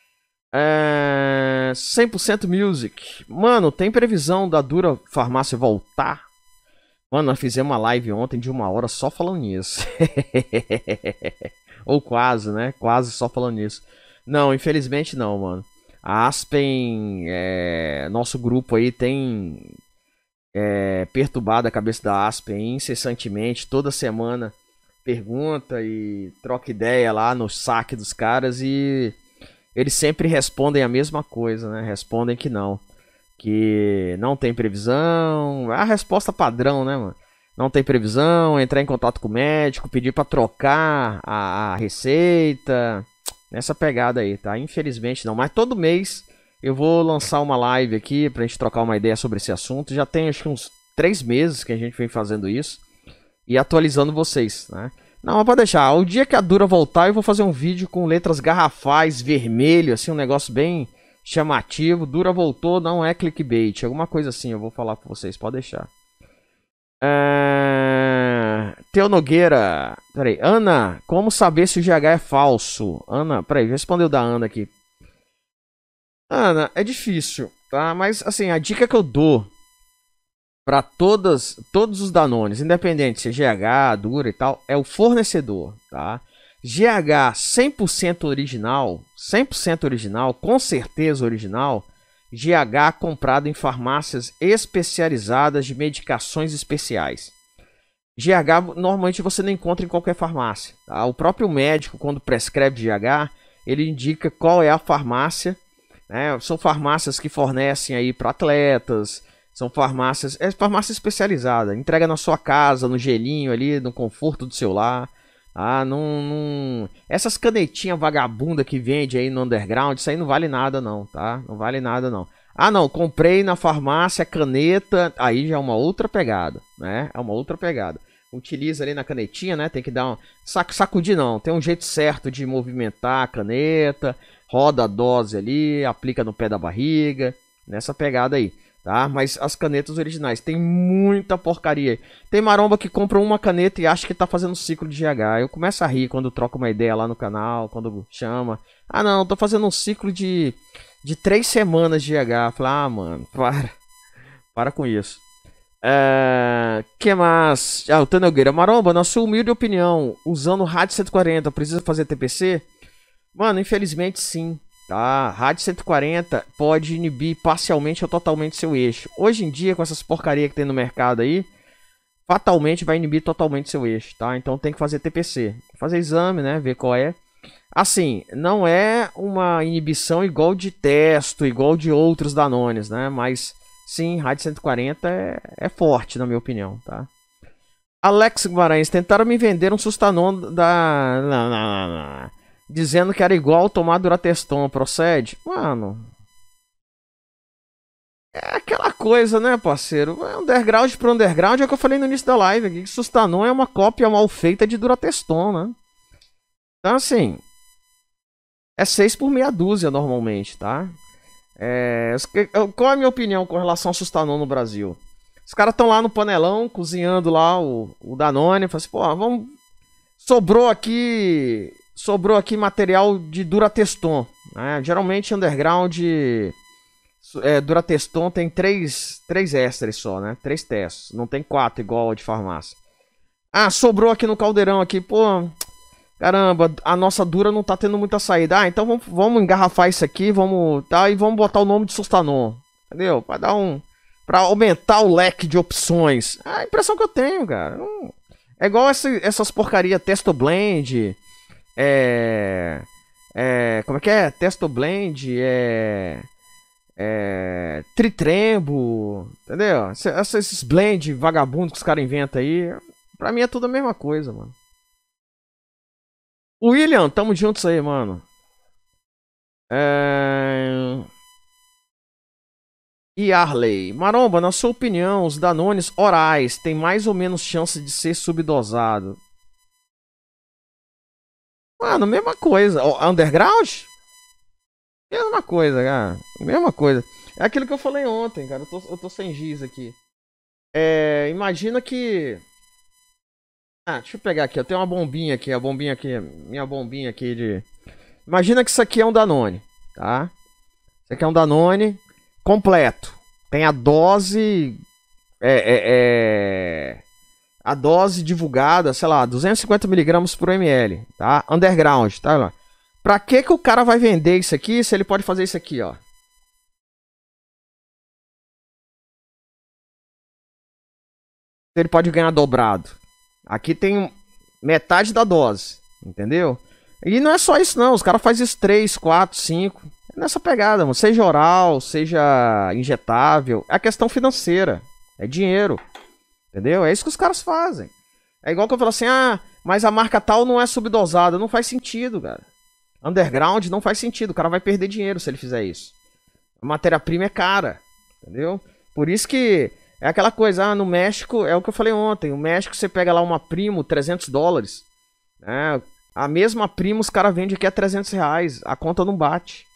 100% Music. Mano, tem previsão da Dura Farmácia voltar? Mano, nós fizemos uma live ontem de 1 hora só falando nisso. Ou quase, né? Quase só falando nisso. Não, infelizmente não, mano. A Aspen, nosso grupo aí tem perturbado a cabeça da Aspen incessantemente, toda semana pergunta e troca ideia lá no saque dos caras e eles sempre respondem a mesma coisa, né? Respondem que não tem previsão. É a resposta padrão, né, mano? Não tem previsão, entrar em contato com o médico, pedir para trocar a receita. Nessa pegada aí, tá? Infelizmente não. Mas todo mês eu vou lançar uma live aqui pra gente trocar uma ideia sobre esse assunto. Já tem acho que uns 3 meses que a gente vem fazendo isso. E atualizando vocês, né? Não, pode deixar. O dia que a Dura voltar, eu vou fazer um vídeo com letras garrafais, vermelho, assim, um negócio bem chamativo. Dura voltou, não é clickbait. Alguma coisa assim, eu vou falar pra vocês, pode deixar. Teu Nogueira. Peraí, Ana, como saber se o GH é falso? Ana, peraí, respondeu da Ana aqui. Ana, é difícil, tá? Mas assim, a dica que eu dou para todos os Danones, independente se é GH, Dura e tal, é o fornecedor, tá? GH 100% original, 100% original, com certeza original, GH comprado em farmácias especializadas de medicações especiais. GH normalmente você não encontra em qualquer farmácia, tá? O próprio médico, quando prescreve GH, ele indica qual é a farmácia, né? São farmácias que fornecem aí para atletas, são farmácias, farmácia especializada, entrega na sua casa, no gelinho ali, no conforto do seu lar. Essas canetinhas vagabunda que vende aí no underground, isso aí não vale nada não, tá? Não vale nada não. Ah não, comprei na farmácia caneta, aí já é uma outra pegada, né? É uma outra pegada. Utiliza ali na canetinha, né? Tem que dar um... Sacudir não, tem um jeito certo de movimentar a caneta, roda a dose ali, aplica no pé da barriga, nessa pegada aí. Tá? Mas as canetas originais, tem muita porcaria. Tem maromba que compra uma caneta e acha que tá fazendo ciclo de GH. Eu começo a rir quando troco uma ideia lá no canal, quando chama. Ah não, tô fazendo um ciclo de 3 semanas de GH. Fala, ah mano, para com isso. Que mais? O Tanogueira, maromba, na sua humilde opinião, usando o Rádio 140, precisa fazer TPC? Mano, infelizmente sim. Tá, rádio 140 pode inibir parcialmente ou totalmente seu eixo. Hoje em dia, com essas porcaria que tem no mercado aí, fatalmente vai inibir totalmente seu eixo, tá? Então tem que fazer TPC, fazer exame, né? Ver qual é. Assim, não é uma inibição igual de Testo, igual de outros Danones, né? Mas sim, rádio 140 é forte, na minha opinião, tá? Alex Guimarães, tentaram me vender um Sustanon da... Não. Dizendo que era igual tomar Durateston, procede? Mano, é aquela coisa, né, parceiro? Underground pro underground é o que eu falei no início da live aqui, que Sustanon é uma cópia mal feita de Durateston, né? Então, assim, é 6 por meia dúzia normalmente, tá? Qual é a minha opinião com relação ao Sustanon no Brasil? Os caras estão lá no panelão, cozinhando lá o Danone, fala assim, pô, vamos... Sobrou aqui material de Durateston, né? Geralmente underground Durateston tem 3 ésteres só, né? 3 testes, não tem 4 igual a de farmácia. Ah, sobrou aqui no caldeirão aqui, pô, caramba, a nossa Dura não tá tendo muita saída. Ah, então vamos engarrafar isso aqui, e vamos botar o nome de Sustanon, entendeu? Pra aumentar o leque de opções. A impressão que eu tenho, cara, é igual essas porcaria Testo Blend. Como é que é? Testo Blend, Tritrembo, entendeu? Esses blend vagabundos que os caras inventam aí, pra mim é tudo a mesma coisa, mano. William, tamo juntos aí, mano. E Arley, maromba, na sua opinião, os Danones orais têm mais ou menos chance de ser subdosado? Mano, mesma coisa. Underground? Mesma coisa, cara. Mesma coisa. É aquilo que eu falei ontem, cara. Eu tô sem giz aqui. Imagina que... Ah, deixa eu pegar aqui. Eu tenho uma bombinha aqui. Minha bombinha aqui de... Imagina que isso aqui é um Danone, tá? Isso aqui é um Danone completo. Tem a dose... A dose divulgada, sei lá, 250mg por ml, tá? Underground, tá lá. Pra que o cara vai vender isso aqui se ele pode fazer isso aqui, ó? Ele pode ganhar dobrado. Aqui tem metade da dose, entendeu? E não é só isso não, os caras fazem isso 3, 4, 5. É nessa pegada, mano. Seja oral, seja injetável. É questão financeira. É dinheiro. Entendeu? É isso que os caras fazem. É igual que eu falo assim, mas a marca tal não é subdosada. Não faz sentido, cara. Underground não faz sentido. O cara vai perder dinheiro se ele fizer isso. A matéria-prima é cara. Entendeu? Por isso que é aquela coisa, no México, é o que eu falei ontem. No México você pega lá uma Primo, $300. Né? A mesma Primo os caras vendem aqui a R$300. A conta não bate.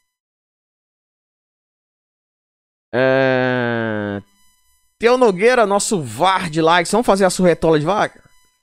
Teu Nogueira, nosso VAR de likes. Vamos fazer a surretola de vaca?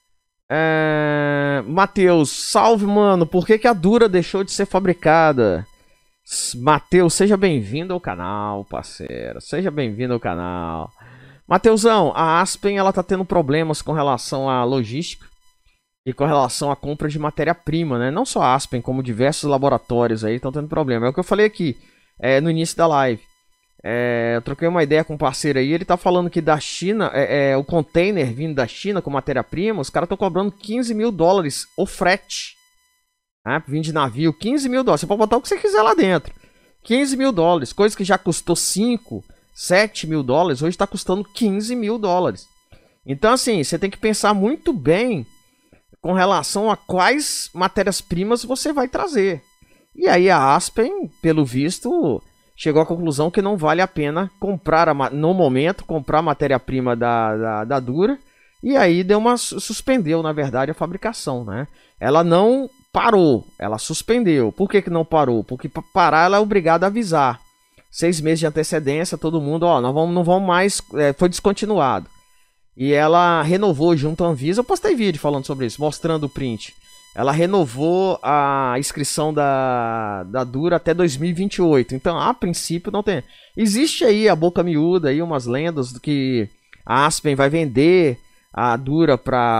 Matheus, salve, mano. Por que a Dura deixou de ser fabricada? Matheus, seja bem-vindo ao canal, parceiro. Seja bem-vindo ao canal. Matheusão, a Aspen ela tá tendo problemas com relação à logística e com relação à compra de matéria-prima, né? Não só a Aspen, como diversos laboratórios aí estão tendo problema. É o que eu falei aqui no início da live. Eu troquei uma ideia com um parceiro aí, ele tá falando que da China, o container vindo da China com matéria-prima, os caras estão cobrando $15 mil o frete. Vindo de navio, $15 mil. Você pode botar o que você quiser lá dentro. $15 mil, coisa que já custou 5, 7 mil dólares, hoje está custando $15 mil. Então assim, você tem que pensar muito bem com relação a quais matérias-primas você vai trazer. E aí a Aspen, pelo visto, chegou à conclusão que não vale a pena comprar, no momento, comprar matéria-prima da Dura. E aí suspendeu, na verdade, a fabricação, né? Ela não parou, ela suspendeu. Por que não parou? Porque para parar ela é obrigada a avisar. 6 meses de antecedência, todo mundo, não vamos mais, foi descontinuado. E ela renovou junto à Anvisa, eu postei vídeo falando sobre isso, mostrando o print. Ela renovou a inscrição da Dura até 2028. Então, a princípio, não tem. Existe aí a boca miúda, aí, umas lendas do que a Aspen vai vender a Dura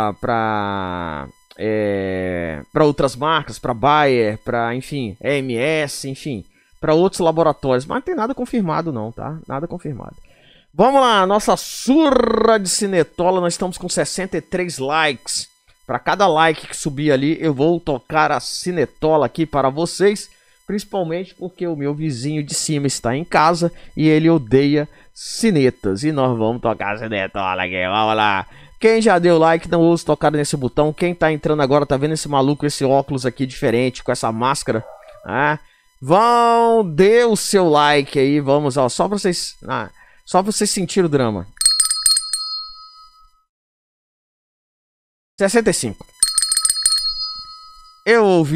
para outras marcas, para Bayer, para, enfim, EMS, enfim, para outros laboratórios. Mas não tem nada confirmado não, tá? Nada confirmado. Vamos lá, nossa surra de cinetola, nós estamos com 63 likes. Para cada like que subir ali, eu vou tocar a cinetola aqui para vocês. Principalmente porque o meu vizinho de cima está em casa e ele odeia cinetas. E nós vamos tocar a cinetola aqui, vamos lá. Quem já deu like, não ouça tocar nesse botão. Quem tá entrando agora, tá vendo esse maluco, esse óculos aqui diferente, com essa máscara. Dê o seu like aí, vamos, só pra vocês sentirem o drama. 65. Eu ouvi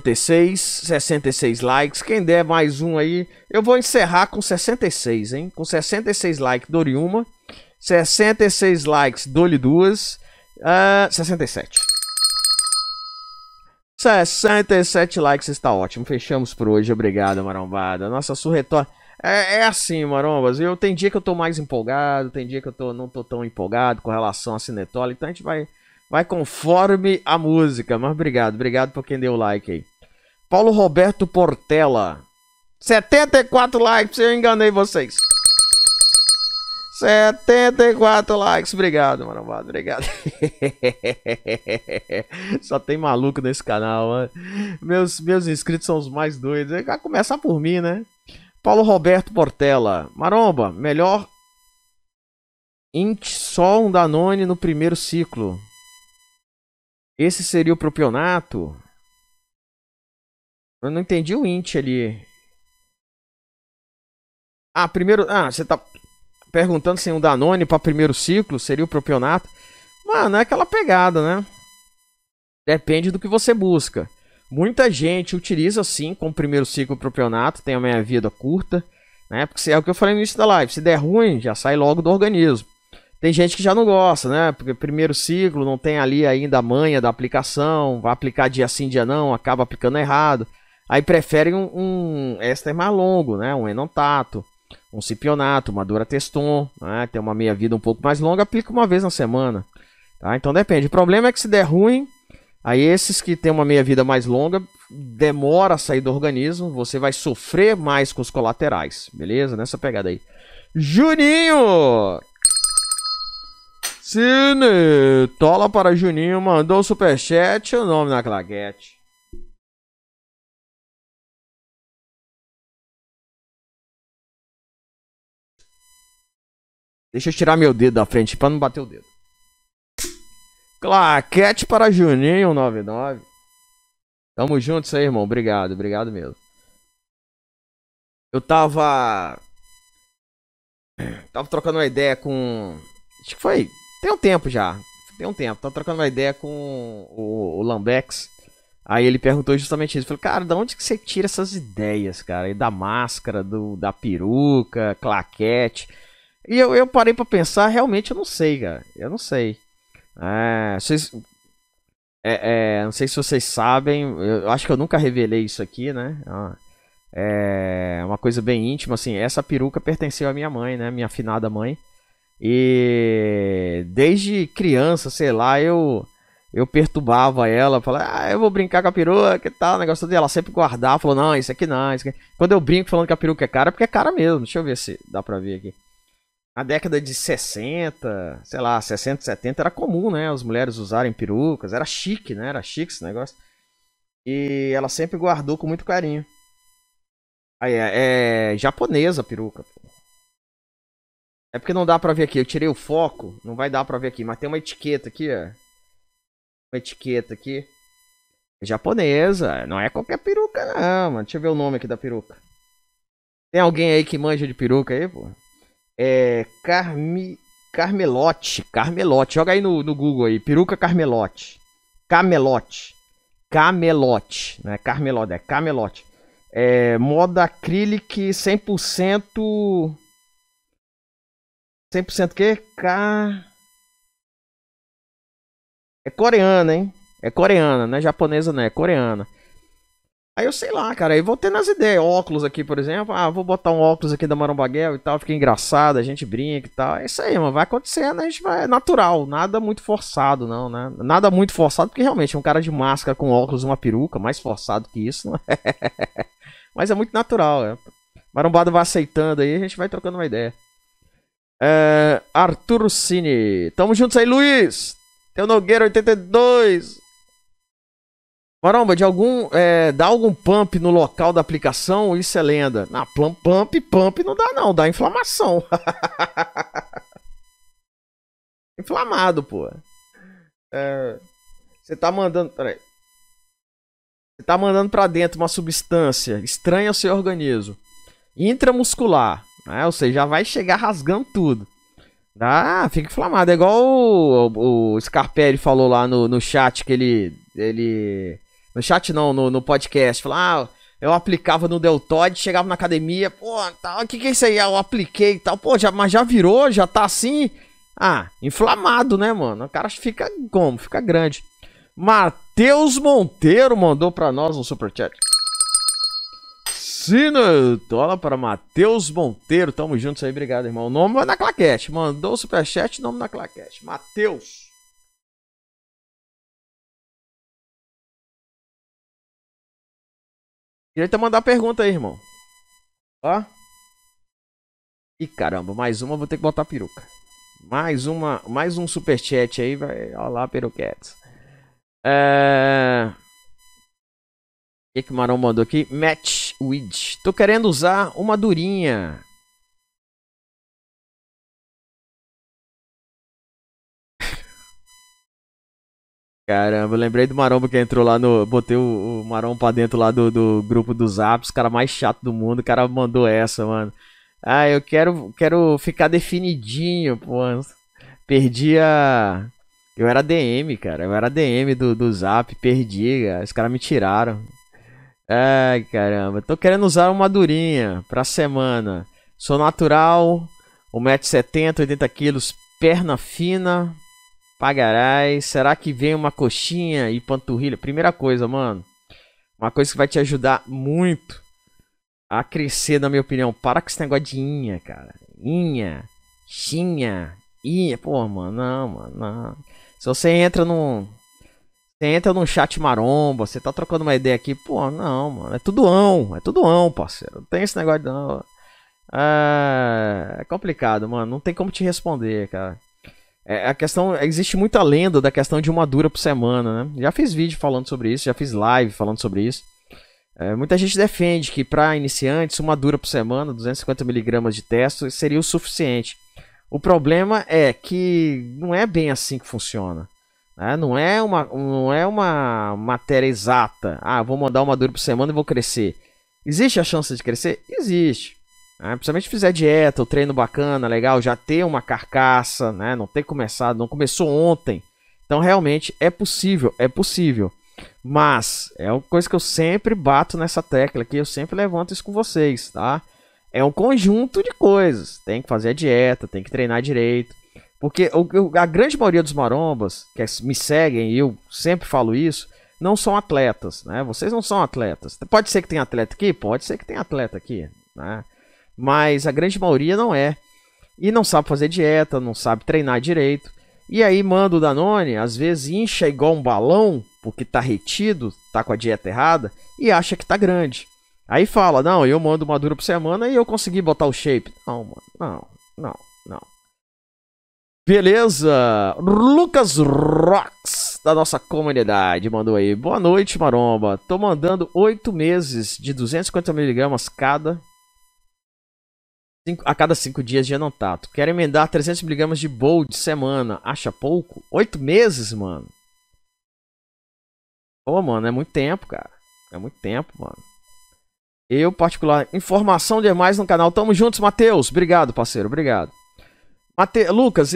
66 likes. Quem der mais um aí, eu vou encerrar com 66, hein? Com 66 likes, dou-lhe uma. 66 likes, dou-lhe duas. 67. 67 likes está ótimo. Fechamos por hoje. Obrigado, marombada. Nossa surretória. É assim, marombas. Tem dia que eu tô mais empolgado, tem dia que eu não tô tão empolgado com relação a cinetola. Então a gente vai conforme a música. Mas obrigado por quem deu o like aí. Paulo Roberto Portela. 74 likes, eu enganei vocês. 74 likes, obrigado, marombado, obrigado. Só tem maluco nesse canal, mano. Meus inscritos são os mais doidos. Vai começar por mim, né? Paulo Roberto Portela. Maromba, melhor int só um Danone no primeiro ciclo. Esse seria o propionato? Eu não entendi o int ali. Primeiro... você tá perguntando se um Danone para primeiro ciclo seria o propionato? Mano, é aquela pegada, né? Depende do que você busca. Muita gente utiliza sim com o primeiro ciclo propionato, tem a meia-vida curta, né? Porque é o que eu falei no início da live, se der ruim, já sai logo do organismo. Tem gente que já não gosta, né? Porque primeiro ciclo não tem ali ainda a manha da aplicação, vai aplicar dia sim, dia não, acaba aplicando errado. Aí preferem um éster mais longo, né? Um enontato, um cipionato, uma durateston, né? Tem uma meia-vida um pouco mais longa, aplica uma vez na semana. Tá? Então depende. O problema é que se der ruim, aí esses que tem uma meia-vida mais longa, demora a sair do organismo, você vai sofrer mais com os colaterais. Beleza? Nessa pegada aí. Juninho! Cinetola para Juninho, mandou o superchat, o nome na claquete. Deixa eu tirar meu dedo da frente pra não bater o dedo. Claquete para Juninho 99. Tamo junto isso aí, irmão. Obrigado, obrigado mesmo. Eu tava trocando uma ideia com... Acho que foi... Tem um tempo já. Tava trocando uma ideia com o Lambex. Aí ele perguntou justamente isso. Falei, cara, da onde que você tira essas ideias, cara? E da máscara, da peruca, claquete. E eu parei pra pensar, realmente eu não sei, cara. Eu não sei. Não sei se vocês sabem. Eu acho que eu nunca revelei isso aqui, né? É uma coisa bem íntima, assim. Essa peruca pertenceu à minha mãe, né? Minha afinada mãe. E desde criança, sei lá, eu perturbava ela, falava, eu vou brincar com a peruca e tal, o negócio dela, ela sempre guardava, falou, não, isso aqui não, isso aqui. Quando eu brinco falando que a peruca é cara, é porque é cara mesmo, deixa eu ver se dá pra ver aqui. Na década de 60, sei lá, 60, 70, era comum, né, as mulheres usarem perucas, era chique, né, era chique esse negócio. E ela sempre guardou com muito carinho. Aí é japonesa a peruca, pô. É porque não dá pra ver aqui, eu tirei o foco, não vai dar pra ver aqui, mas tem uma etiqueta aqui, ó. Uma etiqueta aqui. É japonesa, não é qualquer peruca não, mano. Deixa eu ver o nome aqui da peruca. Tem alguém aí que manja de peruca aí, pô? É Carmelote. Joga aí no Google aí, peruca Carmelote. Camelote, não é Carmelote, é Camelote. É moda acrílico 100%. 100% o quê? É coreana, hein? É coreana, não é japonesa, não, é coreana. Aí eu sei lá, cara, aí vou tendo as ideias. Óculos aqui, por exemplo. Vou botar um óculos aqui da Marombaguel e tal, fica engraçado, a gente brinca e tal. É isso aí, mano, vai acontecendo, a gente vai. É natural, nada muito forçado, não, né? Nada muito forçado, porque realmente um cara de máscara com óculos e uma peruca, mais forçado que isso, não é? Mas é muito natural, é. Marombada vai aceitando aí, a gente vai trocando uma ideia. Arthur Cine. Tamo juntos aí, Luiz! Teu Nogueira 82. Maromba, dá algum pump no local da aplicação? Isso é lenda. Pump não dá não, dá inflamação. Inflamado, pô. Você tá mandando, peraí. Você tá mandando pra dentro uma substância estranha ao seu organismo. Intramuscular, né? Ou seja, já vai chegar rasgando tudo. Fica inflamado. É igual o Scarpelli falou lá no chat que ele... No chat não, no podcast. Falou, eu aplicava no Deltoide, chegava na academia, pô, tá, o que é isso aí? Eu apliquei e tal. Pô, mas já virou? Já tá assim? Inflamado, né, mano? O cara fica como? Fica grande. Matheus Monteiro mandou pra nós um superchat. Dólar para Matheus Monteiro. Tamo juntos aí, obrigado, irmão. O nome vai na claquete. Mandou o superchat, nome na claquete. Matheus. Queria até mandar pergunta aí, irmão. Ó. Ih, caramba, mais uma, vou ter que botar a peruca. Mais um superchat aí, vai. Olha lá, peruquetes. O que o Marão mandou aqui? Match with. Tô querendo usar uma durinha. Caramba, eu lembrei do Maromba que entrou lá no... Botei o Maromba pra dentro lá do grupo dos Zaps, o cara mais chato do mundo, o cara mandou essa, mano. Eu quero ficar definidinho, pô. Perdi a... Eu era DM, cara. Eu era DM do Zap, perdi, cara. Os caras me tiraram. Ai, caramba. Tô querendo usar uma durinha pra semana. Sou natural, 1,70m, 80kg, perna fina... Pagarás. Será que vem uma coxinha e panturrilha? Primeira coisa, mano. Uma coisa que vai te ajudar muito a crescer, na minha opinião. Para com esse negócio de inha, cara. Inha. Xinha. Inha. Pô, mano. Não, mano. Não. Se você entra num... Você entra num chat maromba. Você tá trocando uma ideia aqui. Pô, não, mano. É tudo ão, parceiro. Não tem esse negócio de não. É complicado, mano. Não tem como te responder, cara. A questão, existe muita lenda da questão de uma dura por semana, né? Já fiz vídeo falando sobre isso, já fiz live falando sobre isso. Muita gente defende que para iniciantes uma dura por semana, 250 mg de testo, seria o suficiente. O problema é que não é bem assim que funciona. Né? Não é uma matéria exata. Ah, vou mandar uma dura por semana e vou crescer. Existe a chance de crescer? Existe. Né? Principalmente se fizer dieta, o treino bacana, legal, já ter uma carcaça, né? Não ter começado, não começou ontem. Então realmente é possível, é possível. Mas é uma coisa que eu sempre bato nessa tecla aqui, eu sempre levanto isso com vocês, tá? É um conjunto de coisas. Tem que fazer a dieta, tem que treinar direito. Porque a grande maioria dos marombas que me seguem, e eu sempre falo isso, não são atletas, né? Vocês não são atletas. Pode ser que tenha atleta aqui? Pode ser que tenha atleta aqui, né? Mas a grande maioria não é. E não sabe fazer dieta, não sabe treinar direito. E aí manda o Danone, às vezes incha igual um balão, porque tá retido, tá com a dieta errada, e acha que tá grande. Aí fala, não, eu mando uma dura por semana e eu consegui botar o shape. Não, mano, não. Beleza, Lucas Rocks, da nossa comunidade, mandou aí. Boa noite, maromba. Tô mandando 8 meses de 250mg a cada 5 dias de Enotato. Quero emendar 300mg de Bold de semana. Acha pouco? 8 meses, mano? Pô, mano, é muito tempo, cara. É muito tempo, mano. Eu, particular, informação demais no canal. Tamo juntos, Matheus. Obrigado, parceiro. Obrigado. Lucas,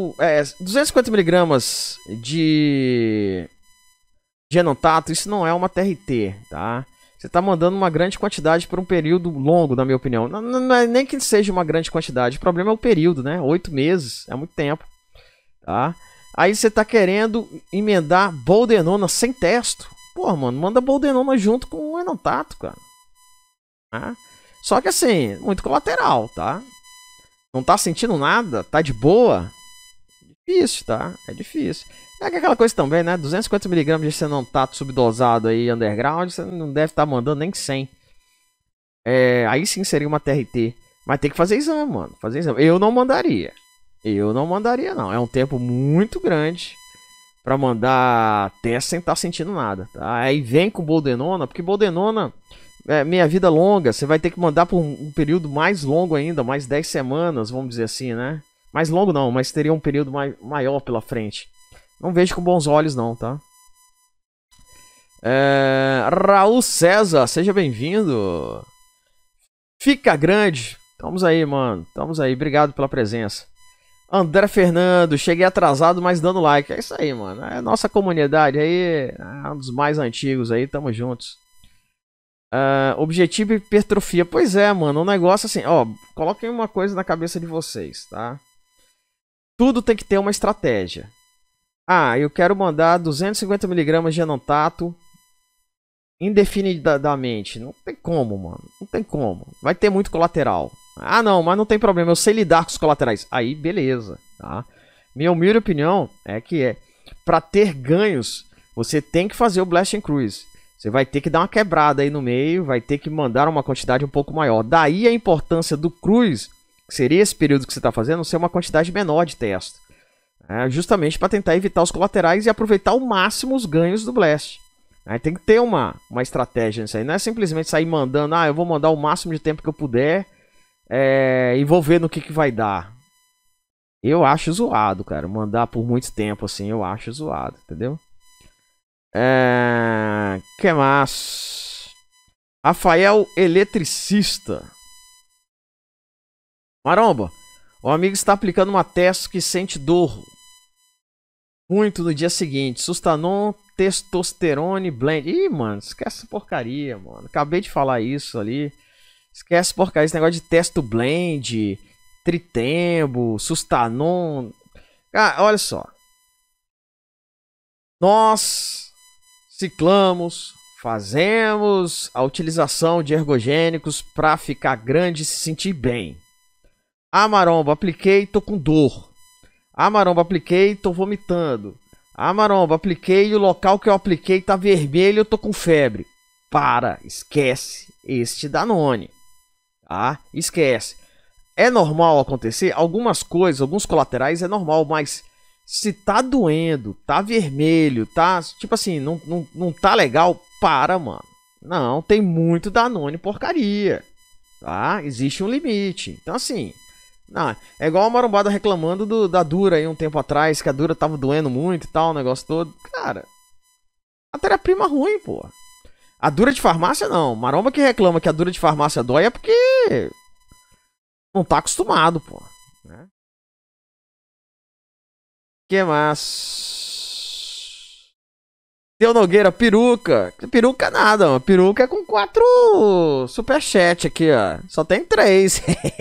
250mg de Enotato, isso não é uma TRT, tá? Você tá mandando uma grande quantidade por um período longo, na minha opinião. Não é nem que seja uma grande quantidade. O problema é o período, né? 8 meses, é muito tempo, tá? Aí você tá querendo emendar Boldenona sem testo. Porra, mano, manda Boldenona junto com o Enotato, cara. Tá? Só que assim, muito colateral, tá? Não tá sentindo nada? Tá de boa? Difícil, tá? É difícil. É aquela coisa também, né? 250mg de Enotato subdosado aí, underground, você não deve estar mandando nem 100. Aí sim seria uma TRT. Mas tem que fazer exame, mano. Fazer exame. Eu não mandaria. Não. É um tempo muito grande pra mandar teste sem estar sentindo nada, tá? Aí vem com Boldenona, porque Boldenona... meia vida longa, você vai ter que mandar por um período mais longo ainda, mais 10 semanas, vamos dizer assim, né? Mais longo não, mas teria um período maior pela frente. Não vejo com bons olhos não, tá? Raul César, seja bem-vindo. Fica grande. Estamos aí, mano. Estamos aí, obrigado pela presença. André Fernando, cheguei atrasado, mas dando like. É isso aí, mano. É nossa comunidade aí, é um dos mais antigos aí, tamo juntos. Objetivo hipertrofia. Pois é, mano, um negócio assim, ó, coloquem uma coisa na cabeça de vocês, tá? Tudo tem que ter uma estratégia. Eu quero mandar 250mg de Enotato indefinidamente. Não tem como, mano. Não tem como. Vai ter muito colateral. Não, mas não tem problema, eu sei lidar com os colaterais. Aí, beleza, tá? Minha humilde opinião é que pra ter ganhos, você tem que fazer o Blasting Cruise. Você vai ter que dar uma quebrada aí no meio, vai ter que mandar uma quantidade um pouco maior. Daí a importância do cruise, que seria esse período que você está fazendo, ser uma quantidade menor de teste. Justamente para tentar evitar os colaterais e aproveitar ao máximo os ganhos do Blast. Tem que ter uma estratégia nisso aí. Não é simplesmente sair mandando, eu vou mandar o máximo de tempo que eu puder e vou ver no que vai dar. Eu acho zoado, cara. Mandar por muito tempo assim, eu acho zoado, entendeu? Que mais? Rafael Eletricista. Maromba, o amigo está aplicando uma teste que sente dor muito no dia seguinte. Sustanon, testosterone, blend. Ih, mano, esquece essa porcaria, mano. Acabei de falar isso ali. Esquece porcaria, esse negócio de testo blend, Tritembo, Sustanon. Cara, olha só. Nós ciclamos, fazemos a utilização de ergogênicos para ficar grande e se sentir bem. Maromba, apliquei, tô com dor. Maromba, apliquei, tô vomitando. Maromba, apliquei e o local que eu apliquei tá vermelho, eu tô com febre. Esquece este Danone. Tá? Esquece. É normal acontecer? Algumas coisas, alguns colaterais é normal, mas... se tá doendo, tá vermelho, tá... tipo assim, não tá legal, mano. Não, tem muito Danone porcaria. Tá? Existe um limite. Então, assim, Não, é igual a marombada reclamando da Dura aí um tempo atrás, que a Dura tava doendo muito e tal, o negócio todo. Cara, matéria-prima ruim, pô. A Dura de farmácia não. Maromba que reclama que a Dura de farmácia dói é porque não tá acostumado, pô. Né? Que mais? Teu Nogueira, peruca. Peruca nada, mano. Peruca é com 4 superchat aqui, ó. Só tem 3.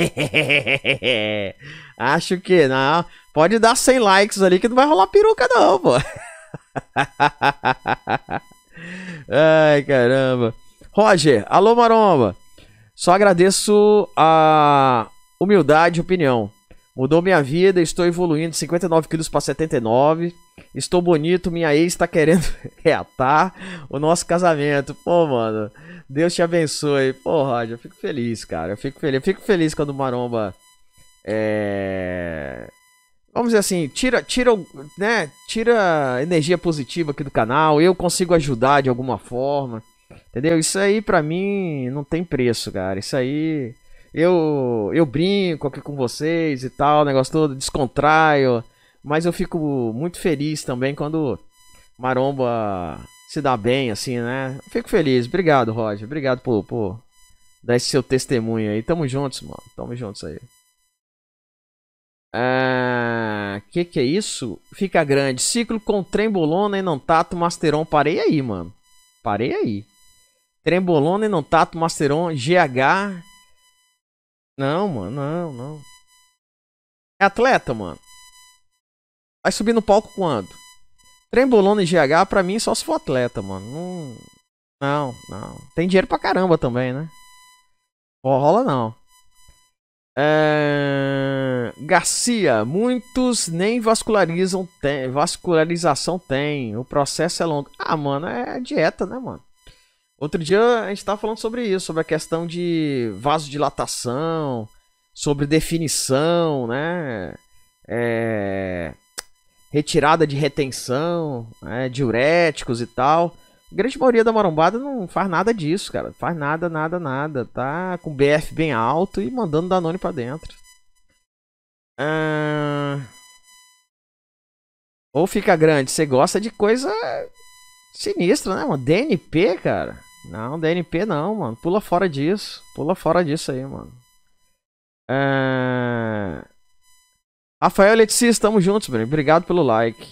Acho que não. Pode dar 100 likes ali que não vai rolar peruca não, pô. Ai, caramba. Roger, alô Maromba. Só agradeço a humildade e opinião. Mudou minha vida, estou evoluindo de 59 quilos para 79. Estou bonito, minha ex está querendo reatar o nosso casamento. Pô, mano, Deus te abençoe. Pô, Roger, eu fico feliz, cara. Eu fico feliz quando o Maromba vamos dizer assim, tira energia positiva aqui do canal. Eu consigo ajudar de alguma forma. Entendeu? Isso aí pra mim não tem preço, cara. Isso aí eu brinco aqui com vocês e tal, o negócio todo, descontraio. Mas eu fico muito feliz também quando Maromba se dá bem, assim, né? Eu fico feliz. Obrigado, Roger. Obrigado por dar esse seu testemunho aí. Tamo juntos, mano. Tamo juntos aí. Que é isso? Fica grande. Ciclo com trembolona e não tato masteron. Parei aí, mano. Parei aí. Trembolona e não tato masteron. GH. Não, mano. Não. É atleta, mano. Vai subir no palco quando? Trembolona e GH pra mim só se for atleta, mano. Não. Tem dinheiro pra caramba também, né? Rola não. Garcia, muitos nem vascularização tem. O processo é longo. Ah, mano, é dieta, né, mano? Outro dia a gente tava falando sobre isso, sobre a questão de vasodilatação, sobre definição, né? Retirada de retenção, diuréticos e tal. A grande maioria da marombada não faz nada disso, cara. Faz nada. Tá com o BF bem alto e mandando Danone pra dentro. Ou fica grande. Você gosta de coisa sinistra, né, mano? DNP, cara. Não, DNP não, mano. Pula fora disso. Aí, mano. Rafael Letícia, tamo juntos, bro. Obrigado pelo like.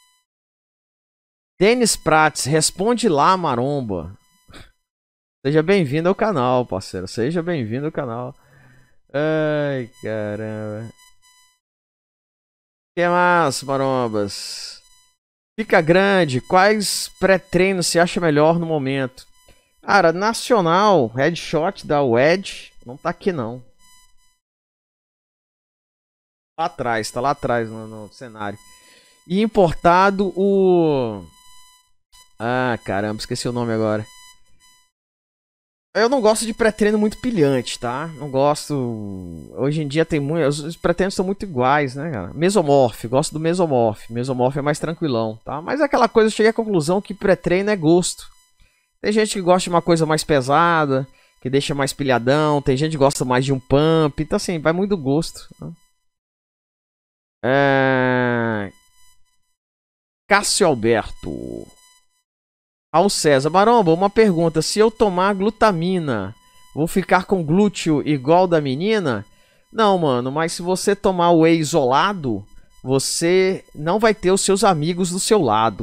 Denis Prates, responde lá, Maromba. Seja bem-vindo ao canal, parceiro. Seja bem-vindo ao canal. Ai, caramba. Que mais, Marombas? Fica grande. Quais pré-treinos você acha melhor no momento? Cara, nacional, headshot da WED, não tá aqui não. Tá lá atrás no cenário. E importado o... Ah, caramba, esqueci o nome agora. Eu não gosto de pré-treino muito pilhante, tá? Não gosto... Hoje em dia tem muito... Os pré-treinos são muito iguais, né, cara? Mesomorph, gosto do Mesomorph. Mesomorph é mais tranquilão, tá? Mas é aquela coisa, eu cheguei à conclusão que pré-treino é gosto. Tem gente que gosta de uma coisa mais pesada, que deixa mais pilhadão. Tem gente que gosta mais de um pump. Então, assim, vai muito do gosto. Né? Cássio Alberto. Ao César. Maromba, uma pergunta. Se eu tomar glutamina, vou ficar com glúteo igual da menina? Não, mano. Mas se você tomar whey isolado, você não vai ter os seus amigos do seu lado.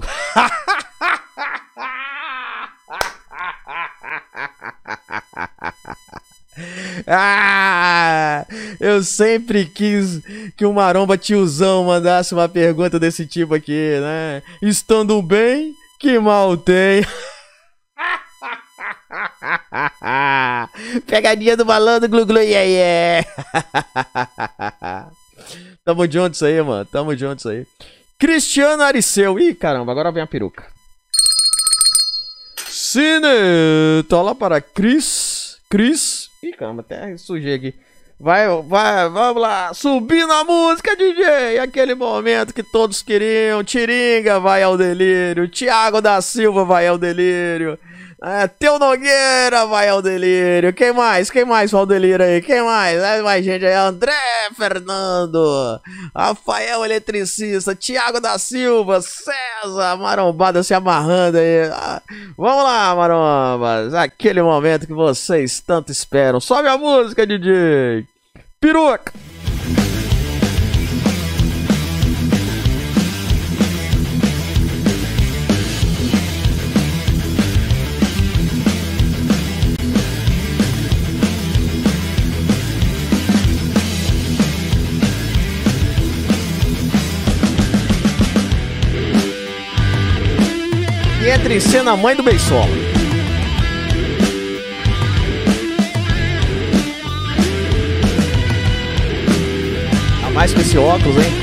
Eu sempre quis que o Maromba tiozão mandasse uma pergunta desse tipo aqui, né? Estando bem, que mal tem. Pegadinha do malandro, glu-glu, yeah. Tamo juntos aí, mano. Tamo juntos aí. Cristiano Ariceu. Ih, caramba, agora vem a peruca. Cine. Tô lá para Cris. Ih, caramba, até sujei aqui. Vamos lá. Subindo a música, DJ. Aquele momento que todos queriam. Tiringa vai ao delírio. Thiago da Silva vai ao delírio. Teu Nogueira vai ao delírio. Quem mais? Quem mais vai ao delírio aí? Quem mais? Mais gente aí. André Fernando. Rafael Eletricista. Thiago da Silva. César. Marombada se amarrando aí. Vamos lá, marombas. Aquele momento que vocês tanto esperam. Sobe a música, DJ. Peruca. E entra em cena a mãe do Beisola. A mais com esse óculos, hein?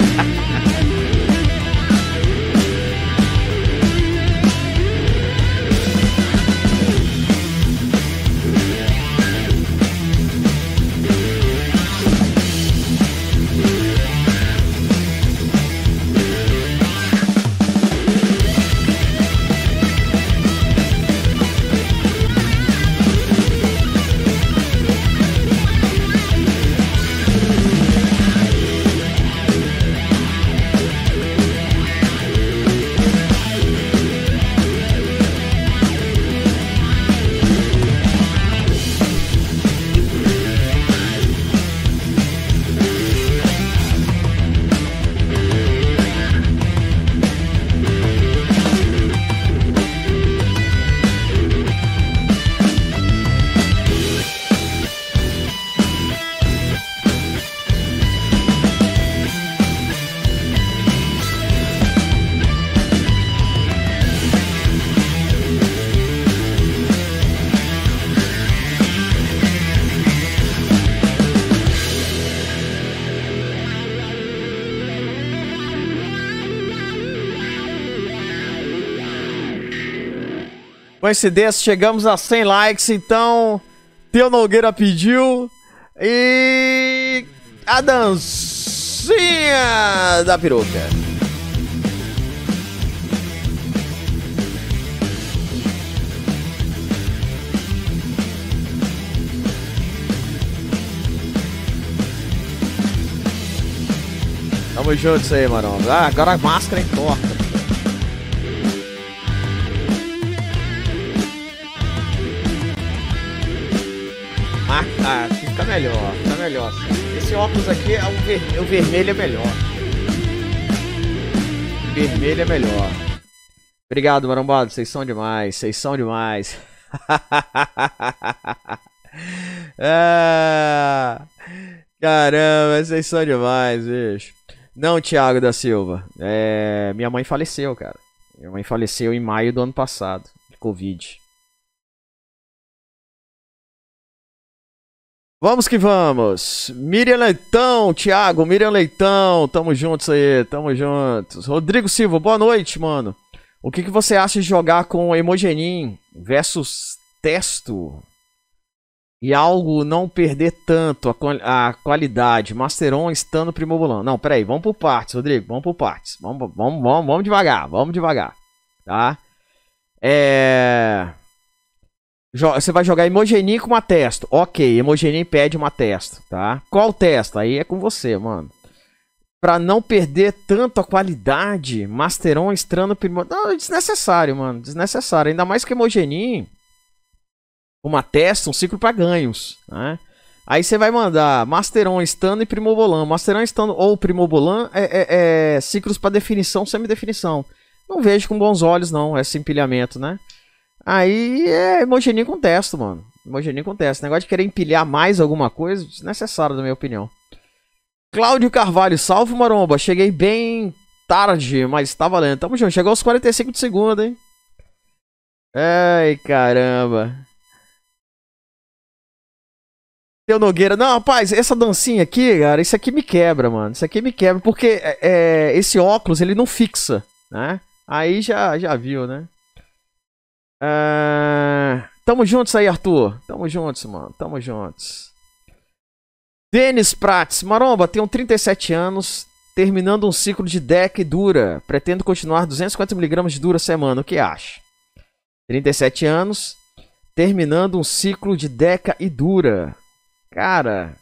Coincidência, chegamos a 100 likes, então Teu Nogueira pediu e a dancinha da peruca. Tamo junto isso aí, mano. Agora a máscara entorta. Aqui fica melhor, fica melhor. Esse óculos aqui, o vermelho é melhor. O vermelho é melhor. Obrigado, marombado, vocês são demais, vocês são demais. Caramba, vocês são demais, bicho. Não, Thiago da Silva, minha mãe faleceu, cara. Minha mãe faleceu em maio do ano passado, de Covid. Vamos que vamos. Miriam Leitão, Thiago, Miriam Leitão, tamo juntos aí, tamo juntos. Rodrigo Silva, boa noite, mano. O que você acha de jogar com Emogenin versus Testo? E algo não perder tanto a qualidade. Masteron estando Primobolan. Não, peraí, vamos por partes, Rodrigo, vamos por partes. Vamos devagar, tá? Você vai jogar Emogenin com uma Testo. Ok, Emogenin pede uma Testo, tá? Qual Testo? Aí é com você, mano. Pra não perder tanto a qualidade, Masteron estrando primeiro. Não, é desnecessário, mano. Desnecessário. Ainda mais que Emogenin, uma Testo, um ciclo pra ganhos, né? Aí você vai mandar Masteron estando e Primobolan. Masteron estando ou Primobolan ciclos pra definição, semidefinição. Não vejo com bons olhos, não, esse empilhamento, né? Aí é Emogenin com Testo, mano. Emogenin com Testo. Negócio de querer empilhar mais alguma coisa, desnecessário, na minha opinião. Cláudio Carvalho, salve, maromba. Cheguei bem tarde, mas tá valendo. Tamo junto. Chegou aos 45 de segundo, hein? Ai, caramba. Teu Nogueira. Não, rapaz, essa dancinha aqui, cara, isso aqui me quebra, mano. Isso aqui me quebra, porque esse óculos, ele não fixa, né? Aí já viu, né? Tamo juntos aí, Arthur. Tamo juntos, mano. Tamo juntos. Denis Prats. Maromba, tenho 37 anos, terminando um ciclo de deck dura. Pretendo continuar 250 mg de dura semana. O que acha? 37 anos, terminando um ciclo de Deca e Dura. Cara,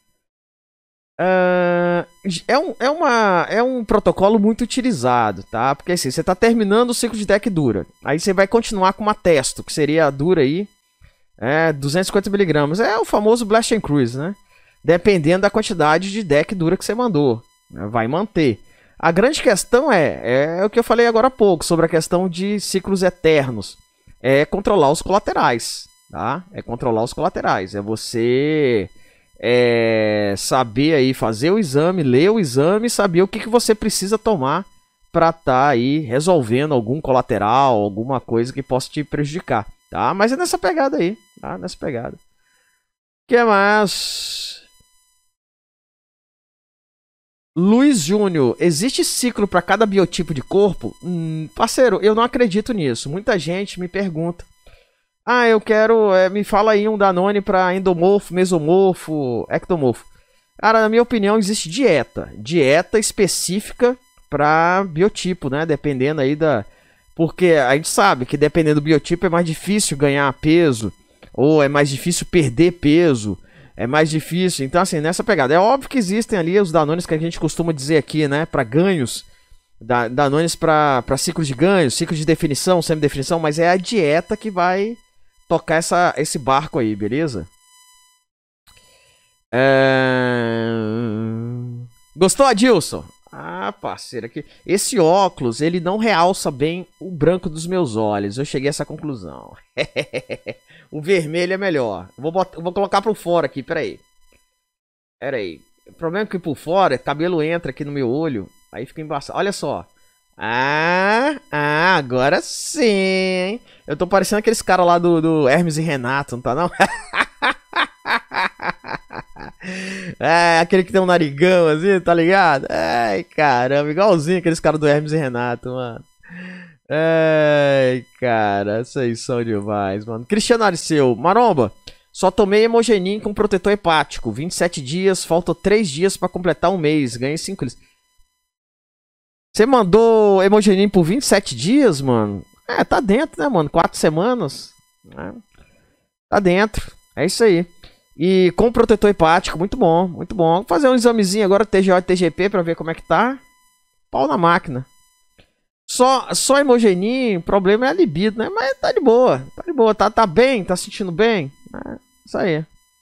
é um protocolo muito utilizado, tá? Porque assim, você tá terminando o ciclo de Deca e Dura. Aí você vai continuar com uma Testo, que seria a Dura aí, 250mg. É o famoso Blast and Cruise, né? Dependendo da quantidade de deck dura que você mandou, né? Vai manter. A grande questão é o que eu falei agora há pouco, sobre a questão de ciclos eternos. É controlar os colaterais, tá? É controlar os colaterais. É você saber aí, fazer o exame, ler o exame e saber o que você precisa tomar para estar aí resolvendo algum colateral, alguma coisa que possa te prejudicar, tá? Mas é nessa pegada aí, tá? Nessa pegada. O que mais? Luiz Júnior, existe ciclo para cada biotipo de corpo? Parceiro, eu não acredito nisso. Muita gente me pergunta. Ah, eu quero. Me fala aí um Danone para endomorfo, mesomorfo, ectomorfo. Cara, na minha opinião, existe dieta. Dieta específica para biotipo, né? Dependendo aí da. Porque a gente sabe que dependendo do biotipo é mais difícil ganhar peso. Ou é mais difícil perder peso. É mais difícil, então assim, nessa pegada. É óbvio que existem ali os Danones que a gente costuma dizer aqui, né? Para ganhos. Danones para ciclos de ganhos, ciclos de definição, semidefinição. Mas é a dieta que vai tocar esse barco aí, beleza? Gostou, Adilson? Ah, parceiro, aqui. Esse óculos, ele não realça bem o branco dos meus olhos. Eu cheguei a essa conclusão. O vermelho é melhor. Vou colocar por fora aqui, peraí. Peraí. O problema é que por fora, cabelo entra aqui no meu olho. Aí fica embaçado. Olha só. Agora sim. Eu tô parecendo aqueles caras lá do Hermes e Renato, não tá não? Aquele que tem um narigão assim, tá ligado? Ai, caramba, igualzinho aqueles caras do Hermes e Renato, mano. Ai, cara, vocês são demais, mano. Cristiano Arceu, Maromba, só tomei Hemogenin com protetor hepático. 27 dias, faltam 3 dias pra completar um mês. Ganhei 5 quilos. Você mandou Hemogenin por 27 dias, mano? Tá dentro, né, mano? 4 semanas. Tá dentro. É isso aí. E com protetor hepático, muito bom, muito bom. Vou fazer um examezinho agora, TGO e TGP, pra ver como é que tá. Pau na máquina. Só Hemogenin, o problema é a libido, né? Mas tá de boa, tá bem, tá sentindo bem. Isso aí.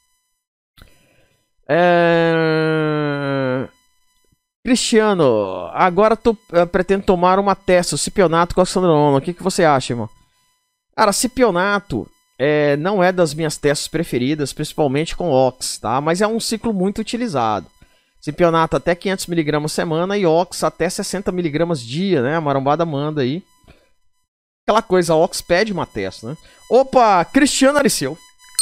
Cristiano, agora pretendo tomar uma testa, o cipionato com a oxandrolona. O que você acha, irmão? Cara, cipionato não é das minhas testes preferidas, principalmente com Ox, tá? Mas é um ciclo muito utilizado. Cipionato até 500mg semana e Ox até 60mg dia, né? A marombada manda aí. Aquela coisa, a Ox pede uma testa, né? Opa, Cristiano Ariceu.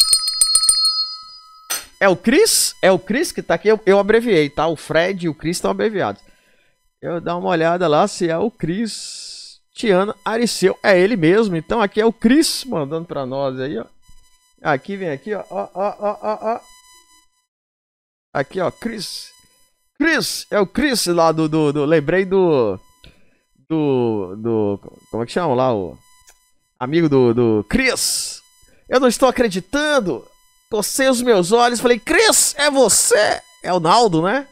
É o Cris? É o Cris que tá aqui? Eu abreviei, tá? O Fred e o Cris estão abreviados. Eu dar uma olhada lá se é o Cristiano Ariceu. É ele mesmo. Então aqui é o Cris mandando pra nós aí, ó. Aqui, vem aqui, ó. Ó. Aqui, ó, Cris. É o Chris lá lembrei do como é que chama lá, o amigo do Chris. Eu não estou acreditando. Cocei os meus olhos, falei, Chris, é você? É o Naldo, né?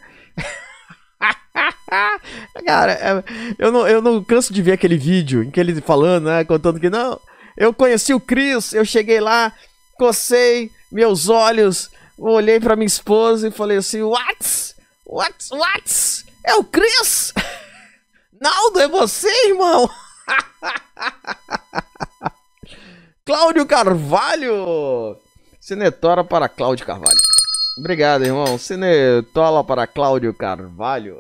Cara, eu não canso de ver aquele vídeo em que ele falando, né, contando que não, eu conheci o Chris, eu cheguei lá, cocei meus olhos, olhei pra minha esposa e falei assim, What? É o Chris? Naldo, é você, irmão? Cláudio Carvalho. Cinetora para Cláudio Carvalho. Obrigado, irmão. Cinetola para Cláudio Carvalho.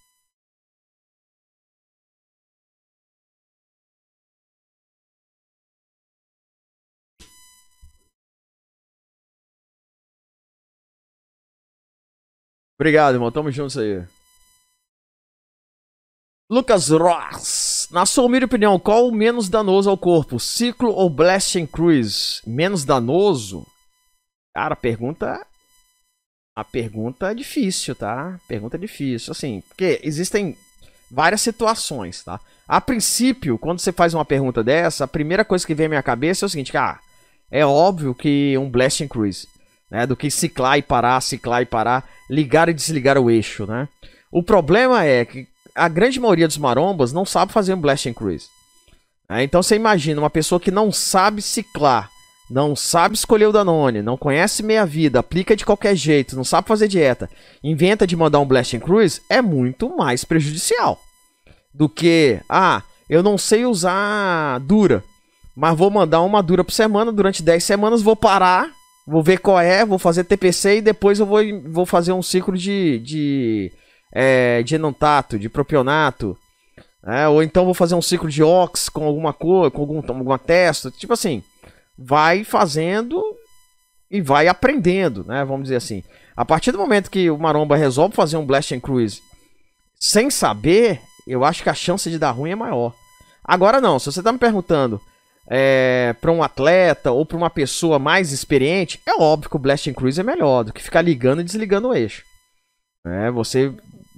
Obrigado, irmão. Tamo juntos aí. Lucas Ross. Na sua humilde opinião, qual o menos danoso ao corpo? Ciclo ou Blast and Cruise? Menos danoso? Cara, a pergunta é difícil, tá? Pergunta difícil. Assim, porque existem várias situações, tá? A princípio, quando você faz uma pergunta dessa, a primeira coisa que vem à minha cabeça é o seguinte, é óbvio que um Blasting Cruise, né? Do que ciclar e parar, ligar e desligar o eixo, né? O problema é que a grande maioria dos marombas não sabe fazer um Blasting Cruise. Então você imagina uma pessoa que não sabe ciclar, não sabe escolher o Danone, não conhece meia vida, aplica de qualquer jeito, não sabe fazer dieta, inventa de mandar um Blasting Cruise, é muito mais prejudicial do que, eu não sei usar dura, mas vou mandar uma dura por semana, durante 10 semanas vou parar, vou ver qual é, vou fazer TPC e depois eu vou fazer um ciclo de enantato, de propionato, ou então vou fazer um ciclo de ox com alguma cor, com alguma testa, tipo assim, vai fazendo e vai aprendendo, né? Vamos dizer assim. A partir do momento que o maromba resolve fazer um Blasting Cruise sem saber, eu acho que a chance de dar ruim é maior. Agora não, se você tá me perguntando para um atleta ou para uma pessoa mais experiente, é óbvio que o Blasting Cruise é melhor do que ficar ligando e desligando o eixo. Você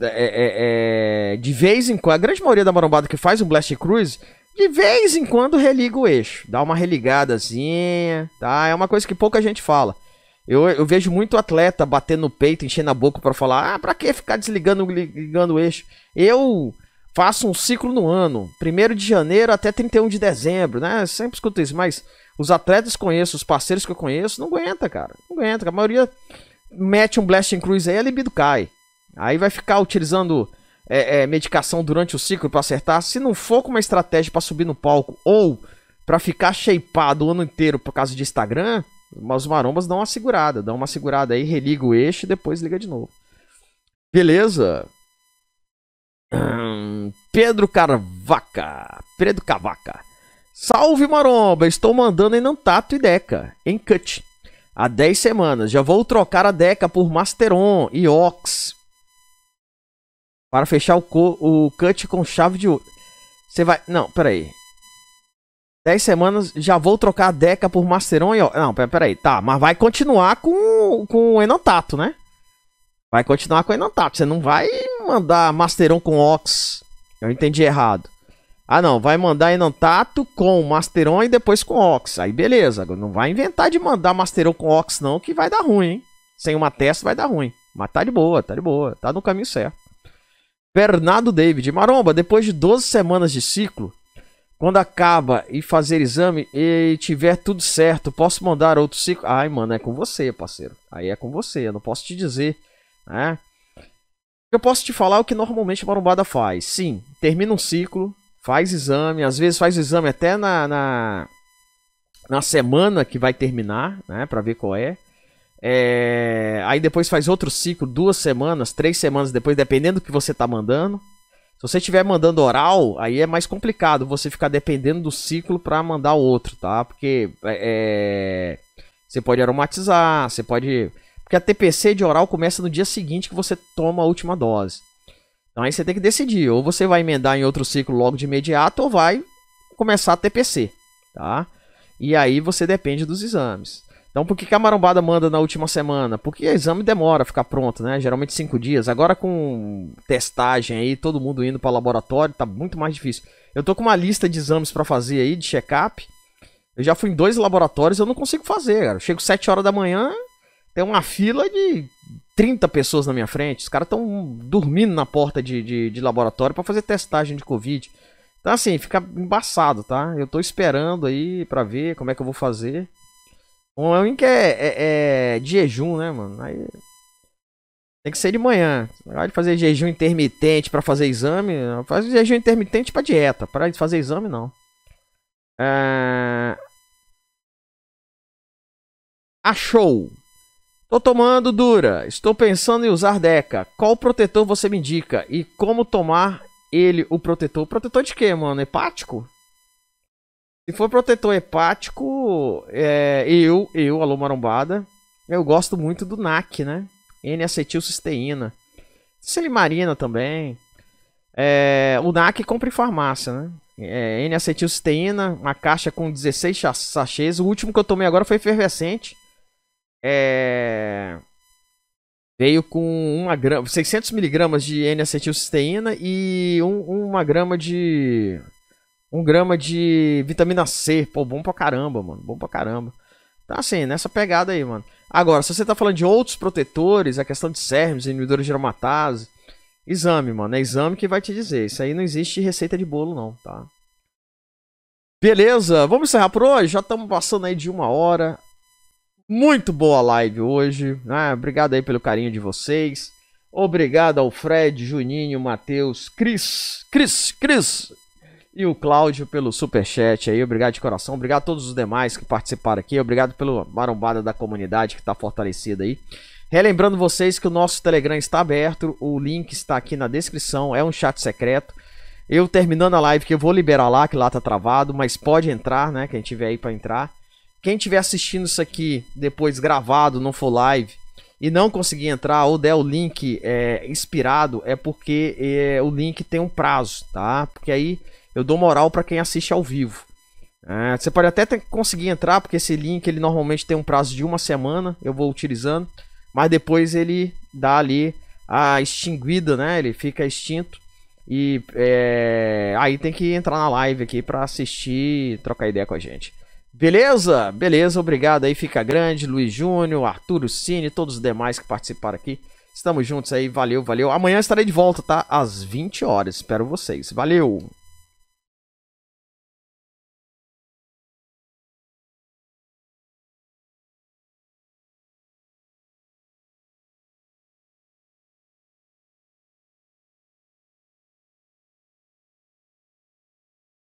de vez em quando, a grande maioria da marombada que faz um Blasting Cruise, de vez em quando religa o eixo, dá uma religadazinha, tá? É uma coisa que pouca gente fala. Eu vejo muito atleta batendo no peito, enchendo a boca para falar, pra que ficar ligando o eixo? Eu faço um ciclo no ano, 1º de janeiro até 31 de dezembro, né? Eu sempre escuto isso, mas os atletas que conheço, os parceiros que eu conheço, não aguenta, cara. Não aguenta, a maioria mete um Blasting Cruise aí, a libido cai. Aí vai ficar utilizando medicação durante o ciclo para acertar. Se não for com uma estratégia para subir no palco ou para ficar shapeado o ano inteiro por causa de Instagram, os marombas dão uma segurada aí, religa o eixo e depois liga de novo. Beleza? Pedro Cavaca. Salve, maromba! Estou mandando enantato e Deca em cut há 10 semanas. Já vou trocar a Deca por Masteron e Ox para fechar o cut com chave de ouro. Você vai... Não, peraí. 10 semanas, já vou trocar a Deca por Masteron e... Não, peraí. Tá, mas vai continuar com o enantato, né? Vai continuar com o enantato. Você não vai mandar Masteron com Ox. Eu entendi errado. Não, vai mandar enantato com Masteron e depois com Ox. Aí beleza. Não vai inventar de mandar Masteron com Ox não, que vai dar ruim, hein? Sem uma testa vai dar ruim. Mas tá de boa. Tá no caminho certo. Bernardo David. Maromba, depois de 12 semanas de ciclo, quando acaba e fazer exame e tiver tudo certo, posso mandar outro ciclo? Ai, mano, é com você, parceiro. Aí é com você, eu não posso te dizer, né? Eu posso te falar o que normalmente a marombada faz. Sim, termina um ciclo, faz exame, às vezes faz o exame até na semana que vai terminar, né? Pra ver qual é. Aí depois faz outro ciclo, 2 semanas, 3 semanas depois, dependendo do que você tá mandando. Se você estiver mandando oral, aí é mais complicado você ficar dependendo do ciclo para mandar outro, tá? Porque você pode aromatizar, você pode... Porque a TPC de oral começa no dia seguinte que você toma a última dose. Então aí você tem que decidir, ou você vai emendar em outro ciclo logo de imediato, ou vai começar a TPC, tá? E aí você depende dos exames. Então por que a marombada manda na última semana? Porque o exame demora a ficar pronto, né? Geralmente 5 dias. Agora com testagem aí, todo mundo indo para o laboratório, tá muito mais difícil. Eu tô com uma lista de exames para fazer aí, de check-up. Eu já fui em 2 laboratórios, eu não consigo fazer, cara. Eu chego 7 horas da manhã, tem uma fila de 30 pessoas na minha frente. Os caras estão dormindo na porta de laboratório para fazer testagem de Covid. Então assim, fica embaçado, tá? Eu tô esperando aí para ver como é que eu vou fazer. O ruim que é de jejum, né, mano? Aí tem que ser de manhã. Agora de fazer jejum intermitente pra fazer exame, faz jejum intermitente pra dieta. Para de fazer exame, não. Achou. Tô tomando dura. Estou pensando em usar Deca. Qual protetor você me indica? E como tomar o protetor? Protetor de quê, mano? Hepático? Se for protetor hepático, alô marombada, eu gosto muito do NAC, né? N-acetilcisteína. Silimarina também. O NAC compra em farmácia, né? N-acetilcisteína, uma caixa com 16 sachês. O último que eu tomei agora foi efervescente. Veio com 600 miligramas de N-acetilcisteína e 1 grama de vitamina C. Pô, bom pra caramba, mano. Bom pra caramba. Tá assim, nessa pegada aí, mano. Agora, se você tá falando de outros protetores, a questão de CERMs, inibidores de aromatase, exame, mano. É exame que vai te dizer. Isso aí não existe receita de bolo, não, tá? Beleza, vamos encerrar por hoje. Já estamos passando aí de 1 hora. Muito boa live hoje. Obrigado aí pelo carinho de vocês. Obrigado ao Fred, Juninho, Matheus, Cris e o Cláudio pelo superchat aí. Obrigado de coração. Obrigado a todos os demais que participaram aqui. Obrigado pela marombada da comunidade que está fortalecida aí. Relembrando vocês que o nosso Telegram está aberto. O link está aqui na descrição. É um chat secreto. Eu terminando a live que eu vou liberar lá, que lá tá travado. Mas pode entrar, né? Quem tiver aí para entrar. Quem estiver assistindo isso aqui depois gravado, não for live, e não conseguir entrar ou der o link expirado, é porque o link tem um prazo, tá? Porque aí eu dou moral para quem assiste ao vivo. Você pode até conseguir entrar, porque esse link ele normalmente tem um prazo de 1 semana, eu vou utilizando, mas depois ele dá ali a extinguida, né? Ele fica extinto. E aí tem que entrar na live aqui para assistir, trocar ideia com a gente. Beleza? Beleza, obrigado aí, fica grande, Luiz Júnior, Arturo Cine, todos os demais que participaram aqui. Estamos juntos aí, valeu, valeu. Amanhã estarei de volta, tá? Às 20 horas, espero vocês. Valeu!